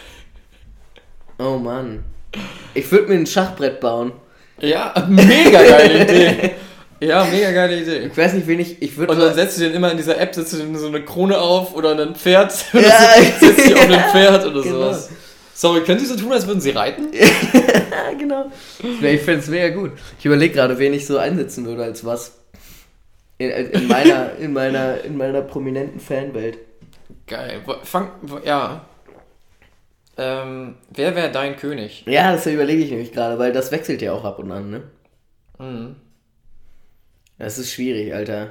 Oh Mann. Ich würde mir ein Schachbrett bauen. Ja, mega geile Idee. Ja, mega geile Idee. Ich weiß nicht, wen ich... ich würd Und dann setzt du den immer in dieser App, setzt du den so eine Krone auf oder ein Pferd. Ja, so, setzt dich auf ein Pferd oder genau. sowas. Sorry, können Sie so tun, als würden Sie reiten? Ja, genau. Ich finde es mega gut. Ich überlege gerade, wen ich so einsetzen würde als was. In, in, meiner, in, meiner, in meiner prominenten Fanwelt. Geil. Fang, ja. Ähm, wer wäre dein König? Ja, das überlege ich nämlich gerade, weil das wechselt ja auch ab und an, ne? Mhm. Das ist schwierig, Alter.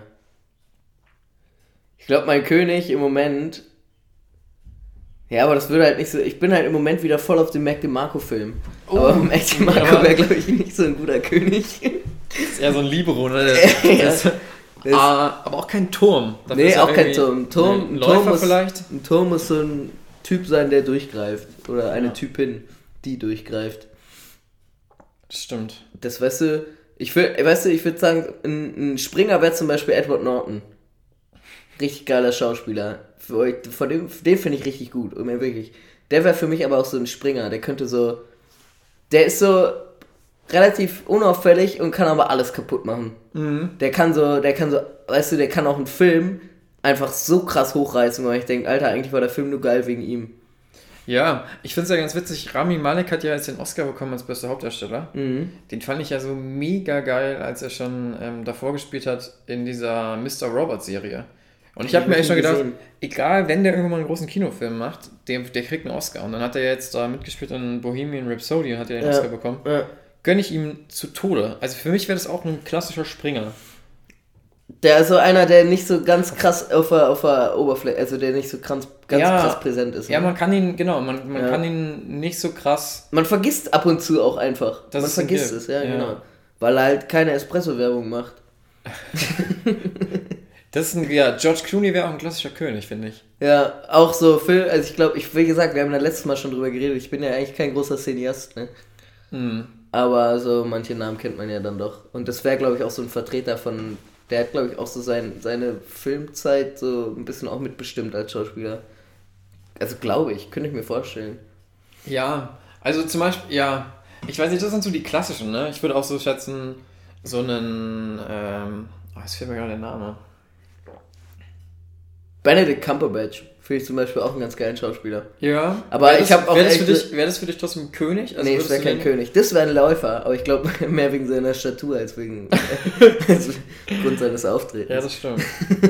Ich glaube, mein König im Moment... Ja, aber das würde halt nicht so... Ich bin halt im Moment wieder voll auf dem Mac DeMarco-Film. Oh, aber Mac DeMarco wäre, glaube ich, nicht so ein guter König. Das ist eher so ein Libero, ne? Ja. Das, das, ah, aber auch kein Turm. Dafür nee, auch kein Turm. Turm ein Turm Läufer muss, vielleicht? Ein Turm muss so ein Typ sein, der durchgreift. Oder eine ja. Typin, die durchgreift. Das stimmt. Das weißt du... Ich will, weißt du, ich würde sagen, ein, ein Springer wäre zum Beispiel Edward Norton. Richtig geiler Schauspieler. Für euch, von dem, den finde ich richtig gut. Wirklich. Der wäre für mich aber auch so ein Springer. Der könnte so... Der ist so relativ unauffällig und kann aber alles kaputt machen. Mhm. Der kann so, der kann so, weißt du, der kann auch einen Film einfach so krass hochreißen, weil ich denke, Alter, eigentlich war der Film nur geil wegen ihm. Ja, ich finde es ja ganz witzig, Rami Malek hat ja jetzt den Oscar bekommen als bester Hauptdarsteller. Mhm. Den fand ich ja so mega geil, als er schon ähm, davor gespielt hat in dieser Mister Robot-Serie. Und ich habe mir echt schon gedacht, gesehen. Egal, wenn der irgendwann mal einen großen Kinofilm macht, der, der kriegt einen Oscar. Und dann hat er jetzt da mitgespielt in Bohemian Rhapsody und hat er den ja. Oscar bekommen. Ja. Gönne ich ihm zu Tode. Also für mich wäre das auch ein klassischer Springer. Der ist so einer, der nicht so ganz krass auf der, auf der Oberfläche, also der nicht so ganz, ganz ja, krass präsent ist. Ne? Ja, man kann ihn, genau, man, man ja. kann ihn nicht so krass... Man vergisst ab und zu auch einfach. Das man ist vergisst es, ja, ja, genau. Weil er halt keine Espresso-Werbung macht. Das ist ein, ja, George Clooney wäre auch ein klassischer König, finde ich. Ja, auch so Film, also ich glaube, ich, wie gesagt, wir haben da letztes Mal schon drüber geredet, ich bin ja eigentlich kein großer Cineast, ne? Mhm. Aber so manche Namen kennt man ja dann doch. Und das wäre, glaube ich, auch so ein Vertreter von... Der hat, glaube ich, auch so sein, seine Filmzeit so ein bisschen auch mitbestimmt als Schauspieler. Also glaube ich, könnte ich mir vorstellen. Ja, also zum Beispiel, ja, ich weiß nicht, das sind so die klassischen, ne? Ich würde auch so schätzen, so einen, ähm, oh, jetzt fehlt mir gerade der Name. Benedict Cumberbatch finde ich zum Beispiel auch einen ganz geilen Schauspieler. Ja, aber wär ich das, habe auch wäre das, echt... für dich, wär das für dich trotzdem ein König? Also nee, das wäre kein König. Das wäre ein Läufer, aber ich glaube mehr wegen seiner Statur als wegen als Grund seines Auftretens. Ja, das stimmt.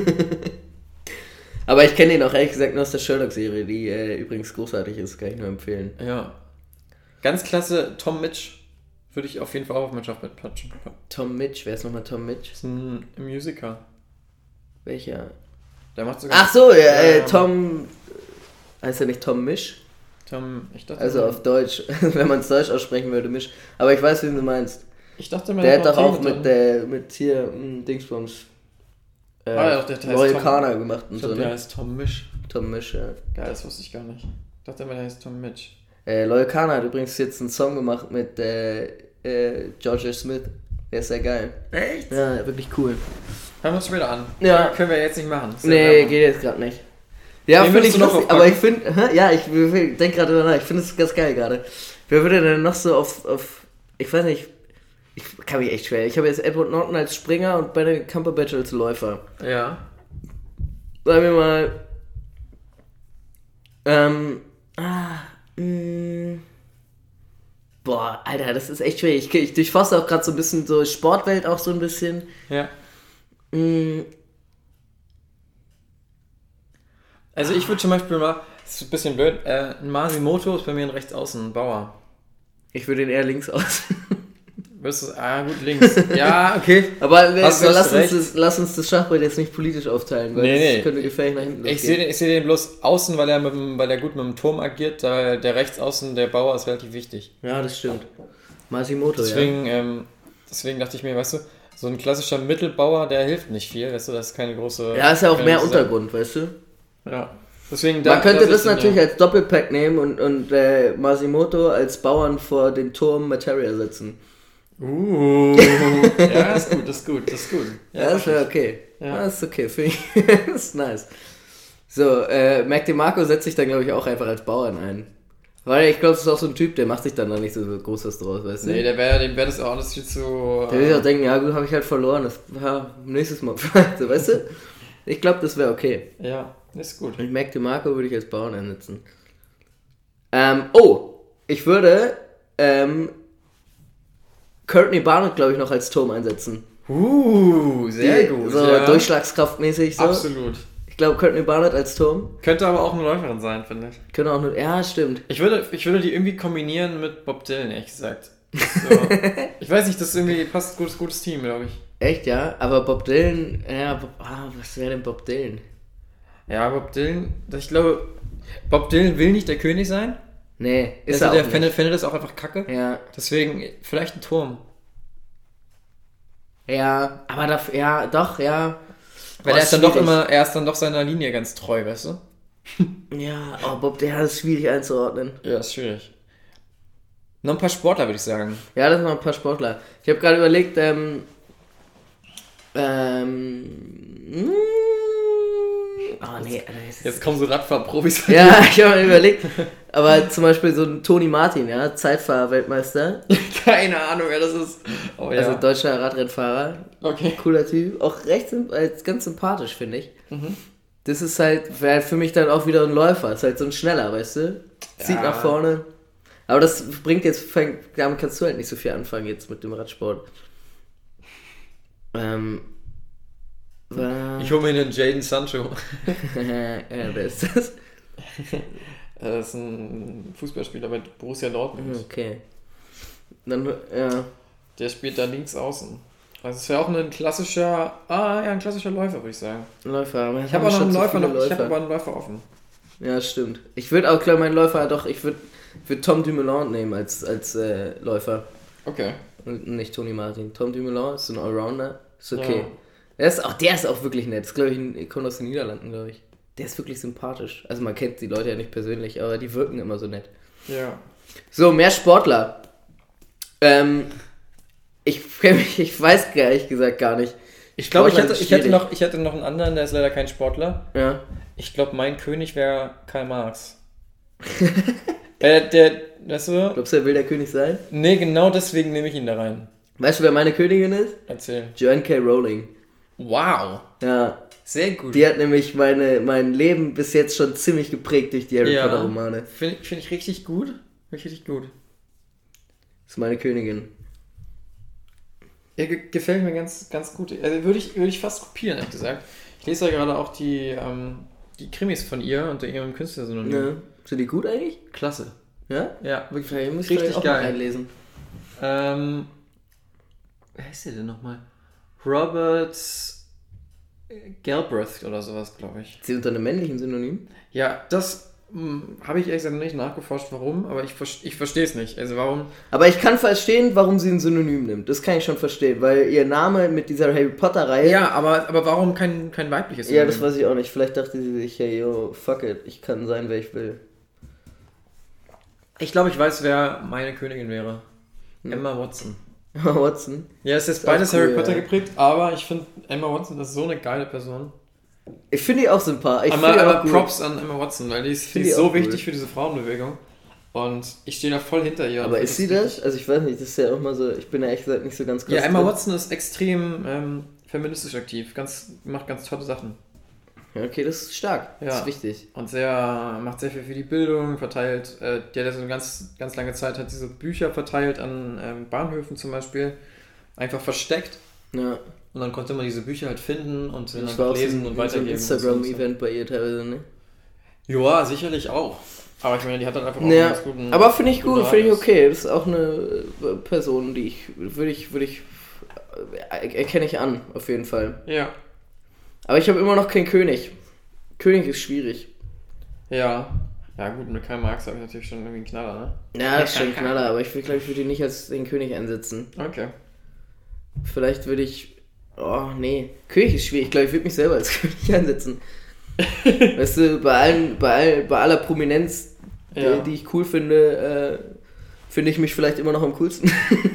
Aber ich kenne ihn auch ehrlich gesagt nur aus der Sherlock-Serie, die äh, übrigens großartig ist, kann ich nur empfehlen. Ja. Ganz klasse, Tom Mitch würde ich auf jeden Fall auch auf Mannschaft mitpatschen. Tom Mitch, wer ist nochmal Tom Mitch? Das ist ein Musiker. Welcher? Der macht sogar... Ach so, ja, äh, Tom... Heißt er nicht Tom Misch? Tom, ich dachte... Also auf Deutsch, wenn man es Deutsch aussprechen würde, Misch. Aber ich weiß, wen du meinst. Ich dachte, der hat doch auch mit, der, mit hier, mh, Dingsbums, äh, ah, ja, der Neue Kana gemacht und ich glaub, so, der ne? heißt Tom Misch. Tom Misch, ja. Geil, das wusste ich gar nicht. Ich dachte immer, der heißt Tom Mitch. Äh, Loyal Kana hat übrigens jetzt einen Song gemacht mit äh, äh, George Smith. Der ist sehr geil. Echt? Ja, wirklich cool. Hören wir uns später an. Ja. Können wir jetzt nicht machen. Nee, geht jetzt gerade nicht. Ja, finde ich noch, aber ich finde, ja, ich denke gerade darüber nach, ich finde es ganz geil gerade. Wer würde denn noch so auf, auf, ich weiß nicht, ich kann mich echt schwer. Ich habe jetzt Edward Norton als Springer und Benedict Cumberbatch als Läufer. Ja. Sagen wir mal, ähm, ah, mh, boah, Alter, das ist echt schwierig. Ich, ich durchforste auch gerade so ein bisschen so Sportwelt auch so ein bisschen. Ja. Mh, Also ich würde zum Beispiel mal, das ist ein bisschen blöd, äh, ein Masimoto ist bei mir ein Rechtsaußen, ein Bauer. Ich würde ihn eher links aus. Würdest du, ah gut, links. Ja, okay. Aber äh, lass, uns das, lass uns das Schachbrett jetzt nicht politisch aufteilen, weil nee, nee. das könnte gefährlich nach hinten Ich sehe seh den bloß außen, weil er, mit dem, weil er gut mit dem Turm agiert, da der Rechtsaußen, der Bauer ist relativ wichtig. Ja, das stimmt. Masimoto, deswegen, ja. Ähm, deswegen dachte ich mir, weißt du, so ein klassischer Mittelbauer, der hilft nicht viel, weißt du, das ist keine große... Ja, ist ja auch mehr Untergrund, weißt du? Ja, deswegen... Da, Man könnte das den, natürlich ja. als Doppelpack nehmen und, und äh, Masimoto als Bauern vor den Turm Materia setzen. Uh, ja, ist gut, ist gut, ist gut. Ja, ja das wäre okay. Ja. Das ist okay, finde ich. Das ist nice. So, äh, Mac DeMarco setzt sich dann, glaube ich, auch einfach als Bauern ein. Weil ich glaube, das ist auch so ein Typ, der macht sich dann da nicht so groß was draus, weißt du? Nee, der wäre, dem wäre das auch das viel zu... Der will sich auch denken, ja gut, habe ich halt verloren, das ja, nächstes Mal vielleicht, so, weißt du? Ich glaube, das wäre okay. Ja, ist gut. Und Mac DeMarco würde ich als Bauern einsetzen. Ähm, oh, ich würde ähm, Courtney Barnett, glaube ich, noch als Turm einsetzen. Uh, sehr Die, gut. So ja. durchschlagskraftmäßig so. Absolut. Ich glaube, Courtney Barnett als Turm. Könnte aber auch eine Läuferin sein, finde ich. Können auch nur. Ja, stimmt. Ich würde, ich würde die irgendwie kombinieren mit Bob Dylan, ehrlich gesagt. So. Ich weiß nicht, das ist irgendwie passt gutes, gutes Team, glaube ich. Echt, ja? Aber Bob Dylan, ja, Bob, ah, was wäre denn Bob Dylan? Ja, Bob Dylan, ich glaube, Bob Dylan will nicht der König sein. Nee, ist also er der auch findet, nicht. findet das auch einfach kacke. Ja. Deswegen vielleicht ein Turm. Ja, aber dafür, ja, doch, ja. Weil Boah, er ist dann doch schwierig. immer, er ist dann doch seiner Linie ganz treu, weißt du? Ja, oh, Bob Dylan ist schwierig einzuordnen. Ja, ist schwierig. Noch ein paar Sportler, würde ich sagen. Ja, das sind noch ein paar Sportler. Ich habe gerade überlegt, ähm, ähm, mm, oh nee, Alter, das ist, Jetzt kommen so Radfahrprofis. ja, ich habe mir überlegt, aber zum Beispiel so ein Toni Martin, ja, Zeitfahrer-Weltmeister, Keine Ahnung, wer das ist. Oh ja. also deutscher Radrennfahrer, Okay. cooler Typ, auch recht symp- äh, ganz sympathisch, finde ich. Mhm. Das ist halt, wäre für mich dann auch wieder ein Läufer, ist halt so ein schneller, weißt du, zieht Ja. nach vorne. Aber das bringt jetzt, fängt, damit kannst du halt nicht so viel anfangen jetzt mit dem Radsport. Ähm, war, Ich hole mir den Jaden Sancho. ja, wer ist das? Das ist ein Fußballspieler bei Borussia Dortmund. Okay. Dann, ja. Der spielt da links außen. Also es wäre auch ein klassischer, ah ja, ein klassischer Läufer, würde ich sagen. Läufer. Aber Ich habe auch noch schon einen zu Läufer, viele noch, ich habe Läufer. aber einen Läufer offen. Ja, stimmt. Ich würde auch, glaube ich, meinen Läufer, doch, ich würde würd Tom Dumoulin nehmen als, als äh, Läufer. Okay. Und nicht Toni Martin. Tom Dumoulin ist so ein Allrounder. Ist okay. Ja. Der ist auch, der ist auch wirklich nett. Ist, glaube ich, ein, kommt aus den Niederlanden, glaube ich. Der ist wirklich sympathisch. Also man kennt die Leute ja nicht persönlich, aber die wirken immer so nett. Ja. So, mehr Sportler. Ähm, ich kenn mich, ich weiß ehrlich gesagt gar nicht. Ich glaube, ich Sportler hätte, ist ich, hätte schwierig. noch, ich hätte noch einen anderen, der ist leider kein Sportler. Ja. Ich glaube, mein König wäre Karl Marx. äh, der, weißt du? Glaubst du, er will der König sein? Nee, genau deswegen nehme ich ihn da rein. Weißt du, wer meine Königin ist? Erzähl. Joanne K. Rowling. Wow. Ja. Sehr gut. Die hat nämlich meine, mein Leben bis jetzt schon ziemlich geprägt durch die Harry Ja. Potter Romane. Finde find ich richtig gut. Finde ich richtig gut. Das ist meine Königin. Ja, ge gefällt mir ganz, ganz gut. Also würde ich, würde ich fast kopieren, ehrlich gesagt. Ich lese ja gerade auch die, ähm, die Krimis von ihr unter ihrem Künstlersynonym. Ja. Sind die gut eigentlich? Klasse. Ja? Ja, wirklich Vielleicht muss ich richtig vielleicht auch mal geil. reinlesen. Ähm, wer ist der denn nochmal? Robert Galbraith oder sowas, glaube ich. Ist sie unter einem männlichen Synonym? Ja, das hm, habe ich ehrlich gesagt noch nicht nachgeforscht, warum, aber ich, ver- ich verstehe es nicht. Also warum? Aber ich kann verstehen, warum sie ein Synonym nimmt. Das kann ich schon verstehen, weil ihr Name mit dieser Harry Potter Reihe. Ja, aber, aber warum kein, kein weibliches Ja, das weiß ich auch nicht. Vielleicht dachte sie sich, hey, yo, fuck it, ich kann sein, wer ich will. Ich glaube, ich weiß, wer meine Königin wäre. Hm. Emma Watson. Watson. Ja, es ist, Ist beides auch cool, Harry Potter ja. geprägt, aber ich finde, Emma Watson ist so eine geile Person. Ich finde die auch sympathisch. Ich Einmal, finde die auch einmal gut. Props an Emma Watson, weil die ist, die Find ist die so auch wichtig cool. für diese Frauenbewegung. Und ich stehe da voll hinter ihr. Aber Und ist sie das? Also ich weiß nicht, das ist ja auch mal so, ich bin ja ehrlich gesagt nicht so ganz krass Ja, Emma drin. Watson ist extrem ähm, feministisch aktiv, ganz, macht ganz tolle Sachen. Ja, okay, das ist stark. Das Ja. ist wichtig. Und sehr, macht sehr viel für die Bildung, verteilt, äh, die hat ja so eine ganz, ganz lange Zeit, hat diese Bücher verteilt an ähm, Bahnhöfen zum Beispiel, einfach versteckt. Ja. Und dann konnte man diese Bücher halt finden und dann Das war einfach auch so lesen ein, und so ein weitergeben. Instagram-Event bei ihr teilweise, ne? Ja, sicherlich auch. Aber ich meine, die hat dann einfach auch Ja, einen ganz guten... aber finde ich guten gut, finde ich Radius. okay. Das ist auch eine äh, Person, die ich, würde ich, würde ich, äh, erkenne ich an, auf jeden Fall. Ja. Aber ich habe immer noch keinen König. König ist schwierig. Ja. Ja gut, mit Karl Marx habe ich natürlich schon irgendwie einen Knaller, ne? Ja, das ist schon ein Knaller, aber ich glaube, ich würde ihn nicht als den König einsetzen. Okay. Vielleicht würde ich, oh nee, König ist schwierig. Ich glaube, ich würde mich selber als König einsetzen. Weißt du, bei allen, bei, all, bei aller Prominenz, die, Ja. die ich cool finde, äh, finde ich mich vielleicht immer noch am coolsten.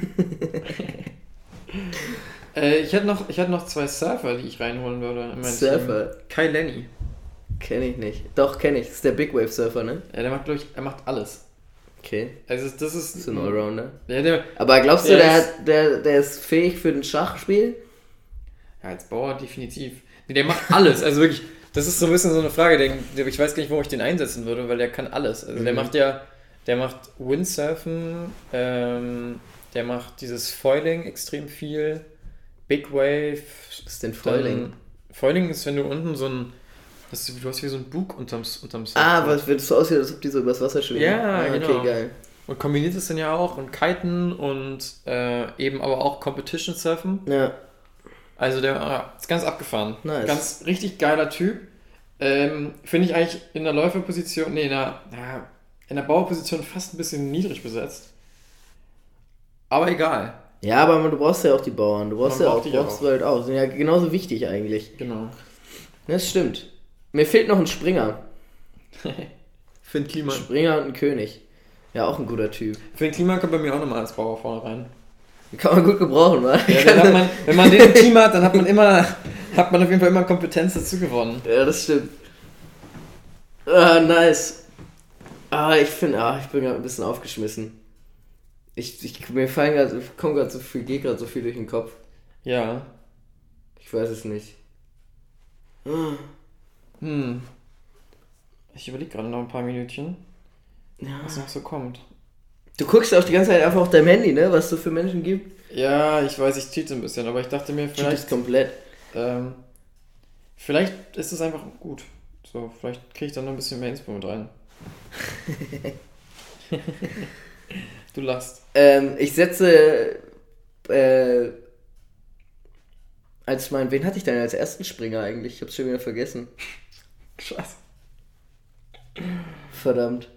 Äh, ich hätte noch, ich hätte noch zwei Surfer, die ich reinholen würde in mein Surfer? Team. Kai Lenny. Kenne ich nicht. Doch, kenne ich. Das ist der Big Wave Surfer, ne? Ja, der macht, glaube ich, er macht alles. Okay. Also das ist... Das ist ein Allrounder. Ja, der, Aber glaubst du, der der, ist- hat, der, der ist fähig für ein Schachspiel? Ja, als Bauer definitiv. Nee, der macht alles. Also wirklich, das ist so ein bisschen so eine Frage, den, der- ich weiß gar nicht, wo ich den einsetzen würde, weil der kann alles. Also der Mhm. macht ja, der macht Windsurfen, ähm, der macht dieses Foiling extrem viel, Big Wave. Was ist denn Foiling? Dann- Foiling ist, wenn du unten so ein, das ist, du hast wie so ein Bug unterm, unterm Ah, Surfboard. was wird so aussieht, als ob die so übers Wasser schwimmen. Ja, ah, genau. Okay, geil. Und kombiniert es dann ja auch und Kiten und äh, eben aber auch Competition Surfen. Ja. Also der ah, ist ganz abgefahren. Nice. Ganz richtig geiler Typ. Ähm, Finde ich eigentlich in der Läuferposition, nee, in der, ja, in der Bauerposition fast ein bisschen niedrig besetzt. Aber egal. Ja, aber du brauchst ja auch die Bauern. Du brauchst Man ja auch, braucht die brauchst auch. du halt auch. Sind ja genauso wichtig eigentlich. Genau. Das stimmt. Mir fehlt noch ein Springer. Finn Kliman. Springer und ein König. Ja, auch ein guter Typ. Finn Kliman kommt bei mir auch nochmal als Bauer vorne rein. Den kann man gut gebrauchen, wa? Ja, den hat man, wenn man den im Team hat, dann hat man immer, hat man auf jeden Fall immer Kompetenz dazu gewonnen. Ja, das stimmt. Ah, nice. Ah, ich finde, ah, ich bin gerade ein bisschen aufgeschmissen. Ich, ich mir fallen gerade, kommt gerade so viel, geht gerade so viel durch den Kopf. Ja. Ich weiß es nicht. Ah, Hm. Ich überlege gerade noch ein paar Minütchen, ja. was noch so kommt. Du guckst auch die ganze Zeit einfach auf deinem Handy, ne? Was es so für Menschen gibt. Ja, ich weiß, ich cheate ein bisschen, aber ich dachte mir, Vielleicht vielleicht, komplett. ähm, vielleicht ist es einfach gut. So, vielleicht kriege ich dann noch ein bisschen mehr Inspo mit rein. Du lachst. Ähm, ich setze äh, als mein, wen hatte ich denn als ersten Springer eigentlich? Ich hab's schon wieder vergessen. Scheiße. Verdammt.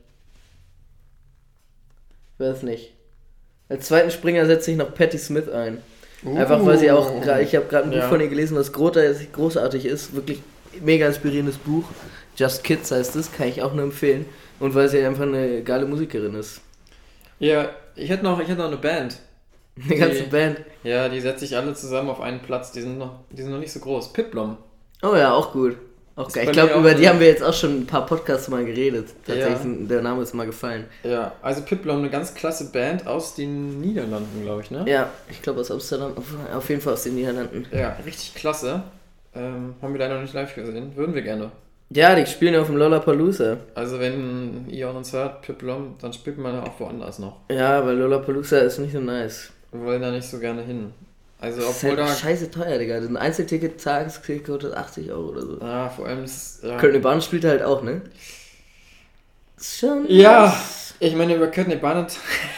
Ich weiß nicht. Als zweiten Springer setze ich noch Patti Smith ein. Einfach weil sie auch, gra- ich habe gerade ein Buch Ja. von ihr gelesen, was großartig großartig ist. Wirklich mega inspirierendes Buch. Just Kids heißt es, kann ich auch nur empfehlen. Und weil sie einfach eine geile Musikerin ist. Ja, ich hätte noch, ich hätte noch eine Band. Eine ganze Die- Band. Ja, die setze ich alle zusammen auf einen Platz. Die sind noch, die sind noch nicht so groß. Pipplom. Oh ja, auch gut. Auch Ist geil. bei Ich glaube, mir auch über die eine- haben wir jetzt auch schon ein paar Podcasts mal geredet. Tatsächlich, Ja. sind- der Name ist mal gefallen. Ja, also Pipplom, eine ganz klasse Band aus den Niederlanden, glaube ich, ne? Ja, ich glaube aus Amsterdam, auf, auf jeden Fall aus den Niederlanden. Ja, richtig klasse. Ähm, haben wir leider noch nicht live gesehen. Würden wir gerne. Ja, die spielen ja auf dem Lollapalooza. Also wenn ihr uns hört, Pipplom, dann spielt man ja auch woanders noch. Ja, weil Lollapalooza ist nicht so nice. Wir wollen da nicht so gerne hin. Also Das ist obwohl halt da... scheiße teuer, Digga. Ein Einzelticket, Tagesticket kostet achtzig Euro oder so. Ja, vor allem ist... Ja, Köln Bahn spielt halt auch, ne? Ist schon ja nice. ich meine, über Köln Barnet...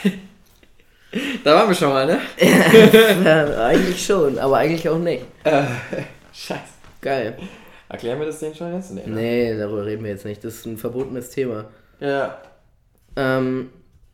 Da waren wir schon mal, ne? Ja, eigentlich schon, aber eigentlich auch nicht. Äh, scheiße. Geil. Erklären wir das denen schon jetzt? Nee. ne? Nee, darüber reden wir jetzt nicht. Das ist ein verbotenes Thema. Ja. Ähm.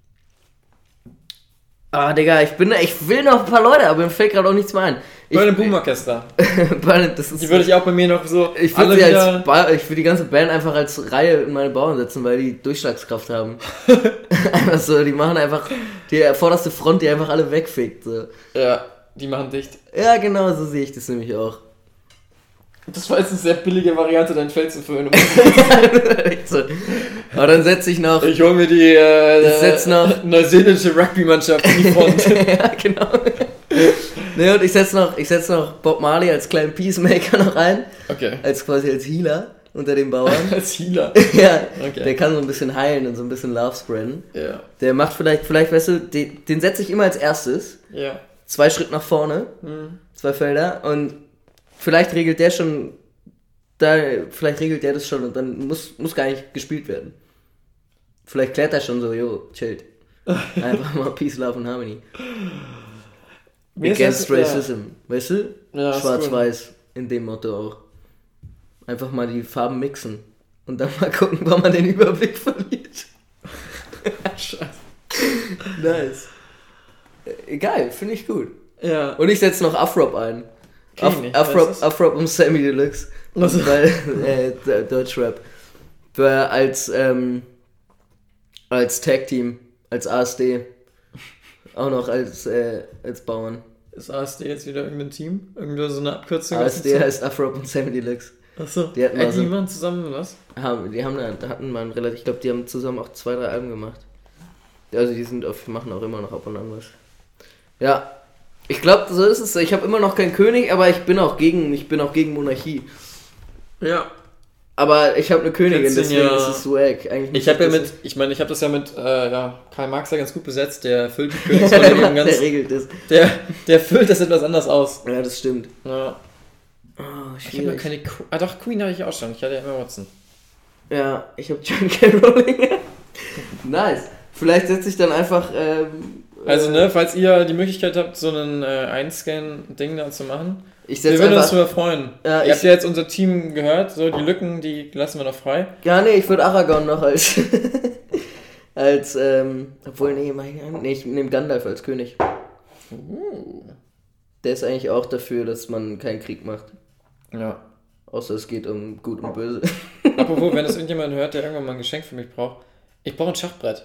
Ah, Digga, ich bin, ich will noch ein paar Leute, aber mir fällt gerade auch nichts mehr ein. Ich, Bei einem Boomorchester. Band, das ist Die würde ich auch bei mir noch so... Ich alle würde sie wieder- als ba ich würde die ganze Band einfach als Reihe in meine Bauern setzen, weil die Durchschlagskraft haben. Einfach so, die machen einfach die vorderste Front, die einfach alle wegfickt. So. Ja, die machen dicht. Ja, genau, so sehe ich das nämlich auch. Das war jetzt eine sehr billige Variante, dein Feld zu füllen. Echt so. Aber dann setze ich noch. Ich hole mir die äh, Ich setz noch- neuseeländische Rugby-Mannschaft in die Front. Ja, genau. Ne, und ich setze noch, ich setz noch Bob Marley als kleinen Peacemaker noch ein. Okay. Als quasi als Healer unter den Bauern. Als Healer. Ja, Okay. der kann so ein bisschen heilen und so ein bisschen Love spreaden. Ja. Der macht vielleicht, vielleicht weißt du, den, den setze ich immer als erstes. Ja. Zwei Schritt nach vorne, Hm. zwei Felder und vielleicht regelt der schon, da, vielleicht regelt der das schon und dann muss, muss gar nicht gespielt werden. Vielleicht klärt er schon so, jo, chillt. Einfach mal Peace, Love und Harmony. Mir ist Against das- ja. Racism, weißt du? Ja, ist Schwarz-Weiß, in dem Motto auch. Einfach mal die Farben mixen und dann mal gucken, wann man den Überblick verliert. Scheiße. Nice. Äh, Geil, finde ich gut. Ja. Und ich setze noch Afrop ein. Kenn ich Af nicht. Afrop, Was ist das? Afrop und Sammy Deluxe. Was? Weil, äh, D- Deutschrap. Weil als, ähm, als Tag-Team, als A S D. Auch noch als, äh, als Bauern. Ist A S D jetzt wieder irgendein Team? Irgendwo so eine Abkürzung? A S D heißt Afrop und Sammy Deluxe. Achso. Die hatten mal äh, so- die waren zusammen, was? Haben, die haben, da hatten mal ein relativ, ich glaube, die haben zusammen auch zwei, drei Alben gemacht. Also die sind auf, machen auch immer noch ab und an was. Ja, ich glaube, so ist es. Ich habe immer noch keinen König, aber ich bin auch gegen, ich bin auch gegen Monarchie. Ja. Aber ich habe eine Königin, deswegen ja, ist es swag. Ich habe ja mit, ich meine, ich habe das ja mit äh, ja, Karl Marx ja ganz gut besetzt, der füllt die Königsrolle eben ganz... Der regelt das. Der, der füllt das etwas anders aus. Ja, das stimmt. Ja. Oh, ich habe keine Queen. Ah doch, Queen hatte ich auch schon. Ich hatte ja immer Watson. Ja, ich habe John K. Rowling. Nice. Vielleicht setze ich dann einfach... Ähm, also, ne, falls ihr die Möglichkeit habt, so ein äh, Einscan-Ding da zu machen... Ich wir würden uns darüber freuen. Ja, Ihr habt ja jetzt unser Team gehört, so die Lücken, die lassen wir noch frei. Ja, nee, ich würde Aragorn noch als, als, ähm, obwohl, nee, mein, nee, ich nehme Gandalf als König. Uh. Der ist eigentlich auch dafür, dass man keinen Krieg macht. Ja. Außer es geht um Gut und Böse. Apropos, wenn es irgendjemand hört, der irgendwann mal ein Geschenk für mich braucht, ich brauche ein Schachbrett.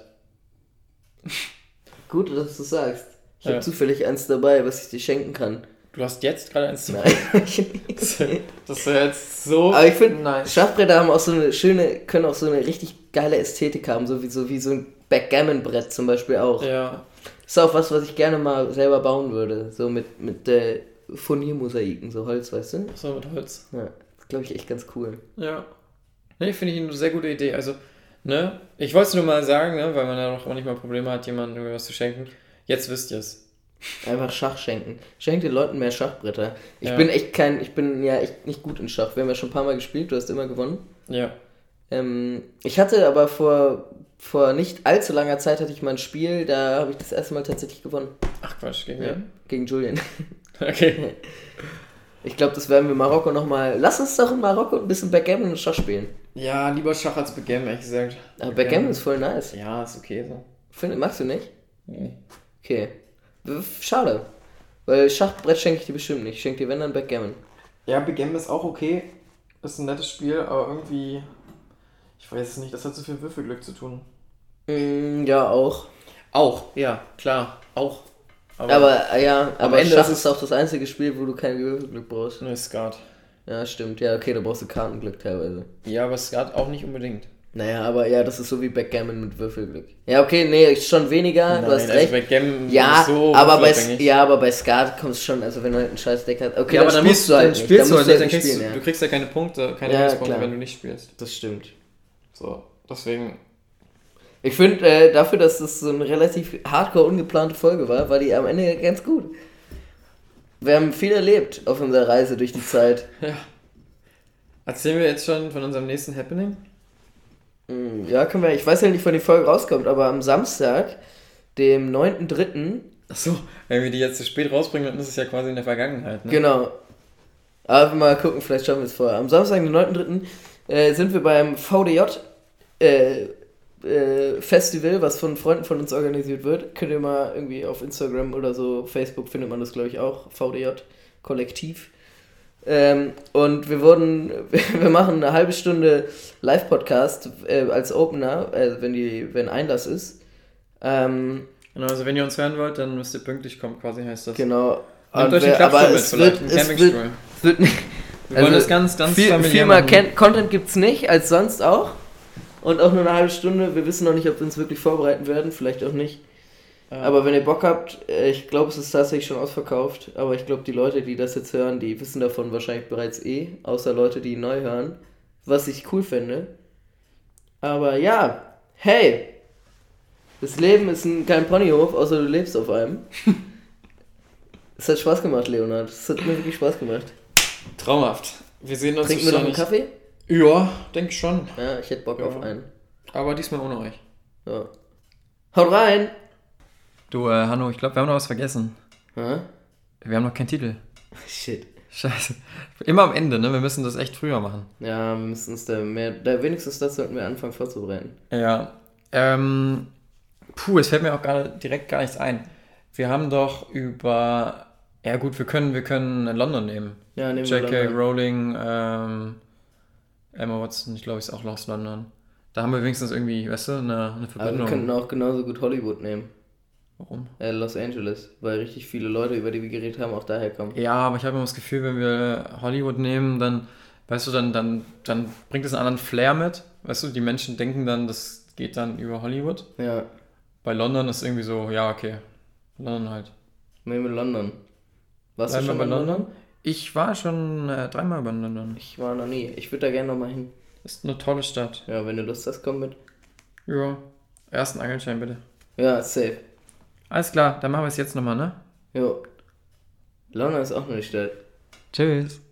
Gut, dass du sagst. Ich ja. habe zufällig eins dabei, was ich dir schenken kann. Du hast jetzt gerade eins zu Nein. das, das ist jetzt so. Aber ich finde, nice. Schachbretter haben auch so eine schöne, können auch so eine richtig geile Ästhetik haben, so wie so, wie so ein Backgammon-Brett zum Beispiel auch. Ja. Ist auch was, was ich gerne mal selber bauen würde. So mit, mit äh, Furniermosaiken, so Holz, weißt du? So mit Holz. Ja, das glaube ich echt ganz cool. Ja. Ne, finde ich eine sehr gute Idee. Also, ne, ich wollte es nur mal sagen, ne, weil man ja noch manchmal Probleme hat, jemandem was zu schenken. Jetzt wisst ihr es. Einfach Schach schenken. Schenkt den Leuten mehr Schachbretter. Ich ja. bin echt kein, ich bin ja echt nicht gut in Schach. Wir haben ja schon ein paar Mal gespielt, du hast immer gewonnen. Ja. Ähm, ich hatte aber vor, vor nicht allzu langer Zeit hatte ich mal ein Spiel, da habe ich das erste Mal tatsächlich gewonnen. Ach Quatsch, gegen ja, wen? Gegen Julian. Okay. Ich glaube, das werden wir Marokko nochmal... Lass uns doch in Marokko ein bisschen Backgammon und Schach spielen. Ja, lieber Schach als Backgammon, ehrlich gesagt. Aber Backgammon ist voll nice. Ja, ist okay so. Find, magst du nicht? Nee. Okay. Schade. Weil Schachbrett schenke ich dir bestimmt nicht. Ich schenke dir, wenn, dann Backgammon. Ja, Backgammon ist auch okay. Ist ein nettes Spiel, aber irgendwie... Ich weiß es nicht, das hat so viel Würfelglück zu tun. Mm, ja, auch. Auch, ja, klar. Auch. Aber, aber ja, aber Ende Schach ist ist auch das einzige Spiel, wo du kein Würfelglück brauchst. Ne, Skat. Ja, stimmt. Ja, okay, da brauchst du Kartenglück teilweise. Ja, aber Skat auch nicht unbedingt. Naja, aber ja, das ist so wie Backgammon mit Würfelglück. Ja, okay, nee, schon weniger, Nein, du hast also recht. Backgammon ja, ist so aber bei, würfelabhängig. ja, aber bei Skat kommst schon, also wenn du halt einen scheiß Deck hast. Okay, ja, dann, aber dann spielst musst du halt dann nicht. Spielst dann du musst halt nicht, halt dann nicht kriegst spielen, du, ja. du kriegst ja keine Punkte, keine Ja, Lebenspunkte, klar. wenn du nicht spielst. Das stimmt. So, deswegen... Ich finde, äh, dafür, dass das so eine relativ hardcore ungeplante Folge war, war die am Ende ganz gut. Wir haben viel erlebt auf unserer Reise durch die Zeit. Ja. Erzählen wir jetzt schon von unserem nächsten Happening? Ja, können wir. Ich weiß ja nicht, wann die Folge rauskommt, aber am Samstag, dem neunten dritten Achso, wenn wir die jetzt zu spät rausbringen, dann ist es ja quasi in der Vergangenheit, ne? Genau. Aber mal gucken, vielleicht schaffen wir es vorher. Am Samstag, den neunten dritten äh, sind wir beim V D J äh, äh, Festival, was von Freunden von uns organisiert wird. Könnt ihr mal irgendwie auf Instagram oder so, Facebook findet man das, glaube ich, auch. V D J Kollektiv. Ähm, und wir wurden, wir machen eine halbe Stunde Live-Podcast äh, als Opener, äh, wenn die, wenn Einlass ist. Ähm, Genau, also wenn ihr uns hören wollt, dann müsst ihr pünktlich kommen, quasi heißt das. Genau. Nehmt Und euch einen wer- Klappstuhl aber mit, es vielleicht wird- einen es Campingstuhl. wird- Es wird nicht, Wir wollen das ganz, ganz viel, familiär viel mal machen. Ken- Content gibt's nicht, als sonst auch. Und auch nur eine halbe Stunde. Wir wissen noch nicht, ob wir uns wirklich vorbereiten werden, vielleicht auch nicht. Ja. Aber wenn ihr Bock habt, äh, ich glaube, es ist tatsächlich schon ausverkauft. Aber ich glaube, die Leute, die das jetzt hören, die wissen davon wahrscheinlich bereits eh. Außer Leute, die neu hören. Was ich cool finde. Aber ja, hey. Das Leben ist ein, kein Ponyhof, außer du lebst auf einem. Es hat Spaß gemacht, Leonard. Es hat mir wirklich Spaß gemacht. Traumhaft. Wir sehen uns Trinken wir noch einen wahrscheinlich- Kaffee? Ja, denke schon. Ja, ich hätte Bock Ja. auf einen. Aber diesmal ohne euch. Ja. Haut rein! Du, äh, Hanno, ich glaube, wir haben noch was vergessen. Hä? Wir haben noch keinen Titel. Shit. Scheiße. Immer am Ende, ne? Wir müssen das echt früher machen. Ja, wir müssen uns da mehr, da wenigstens das sollten wir anfangen vorzubereiten. Ja. Ähm, puh, es fällt mir auch gerade direkt gar nichts ein. Wir haben doch über... Ja gut, wir können, wir können London nehmen. Ja, nehmen wir J K. London. Rowling, ähm, Emma Watson, ich glaube, ist auch aus London. Da haben wir wenigstens irgendwie, weißt du, eine, eine Aber wir Verbindung. könnten auch genauso gut Hollywood nehmen. Warum? Äh, Los Angeles, weil richtig viele Leute, über die wir geredet haben, auch daher kommen. Ja, aber ich habe immer das Gefühl, wenn wir Hollywood nehmen, dann, weißt du, dann, dann, dann bringt es einen anderen Flair mit. Weißt du, die Menschen denken dann, das geht dann über Hollywood. Ja. Bei London ist irgendwie so, ja, okay. London halt. Nehmen wir London. Warst Bleiben du schon wir in bei London? London? Ich war schon äh, dreimal bei London. Ich war noch nie. Ich würde da gerne nochmal hin. Ist eine tolle Stadt. Ja, wenn du Lust hast, komm mit. Ja. Ersten Angelschein bitte. Ja, safe. Alles klar, dann machen wir es jetzt nochmal, ne? Jo. London ist auch eine Stadt. Tschüss.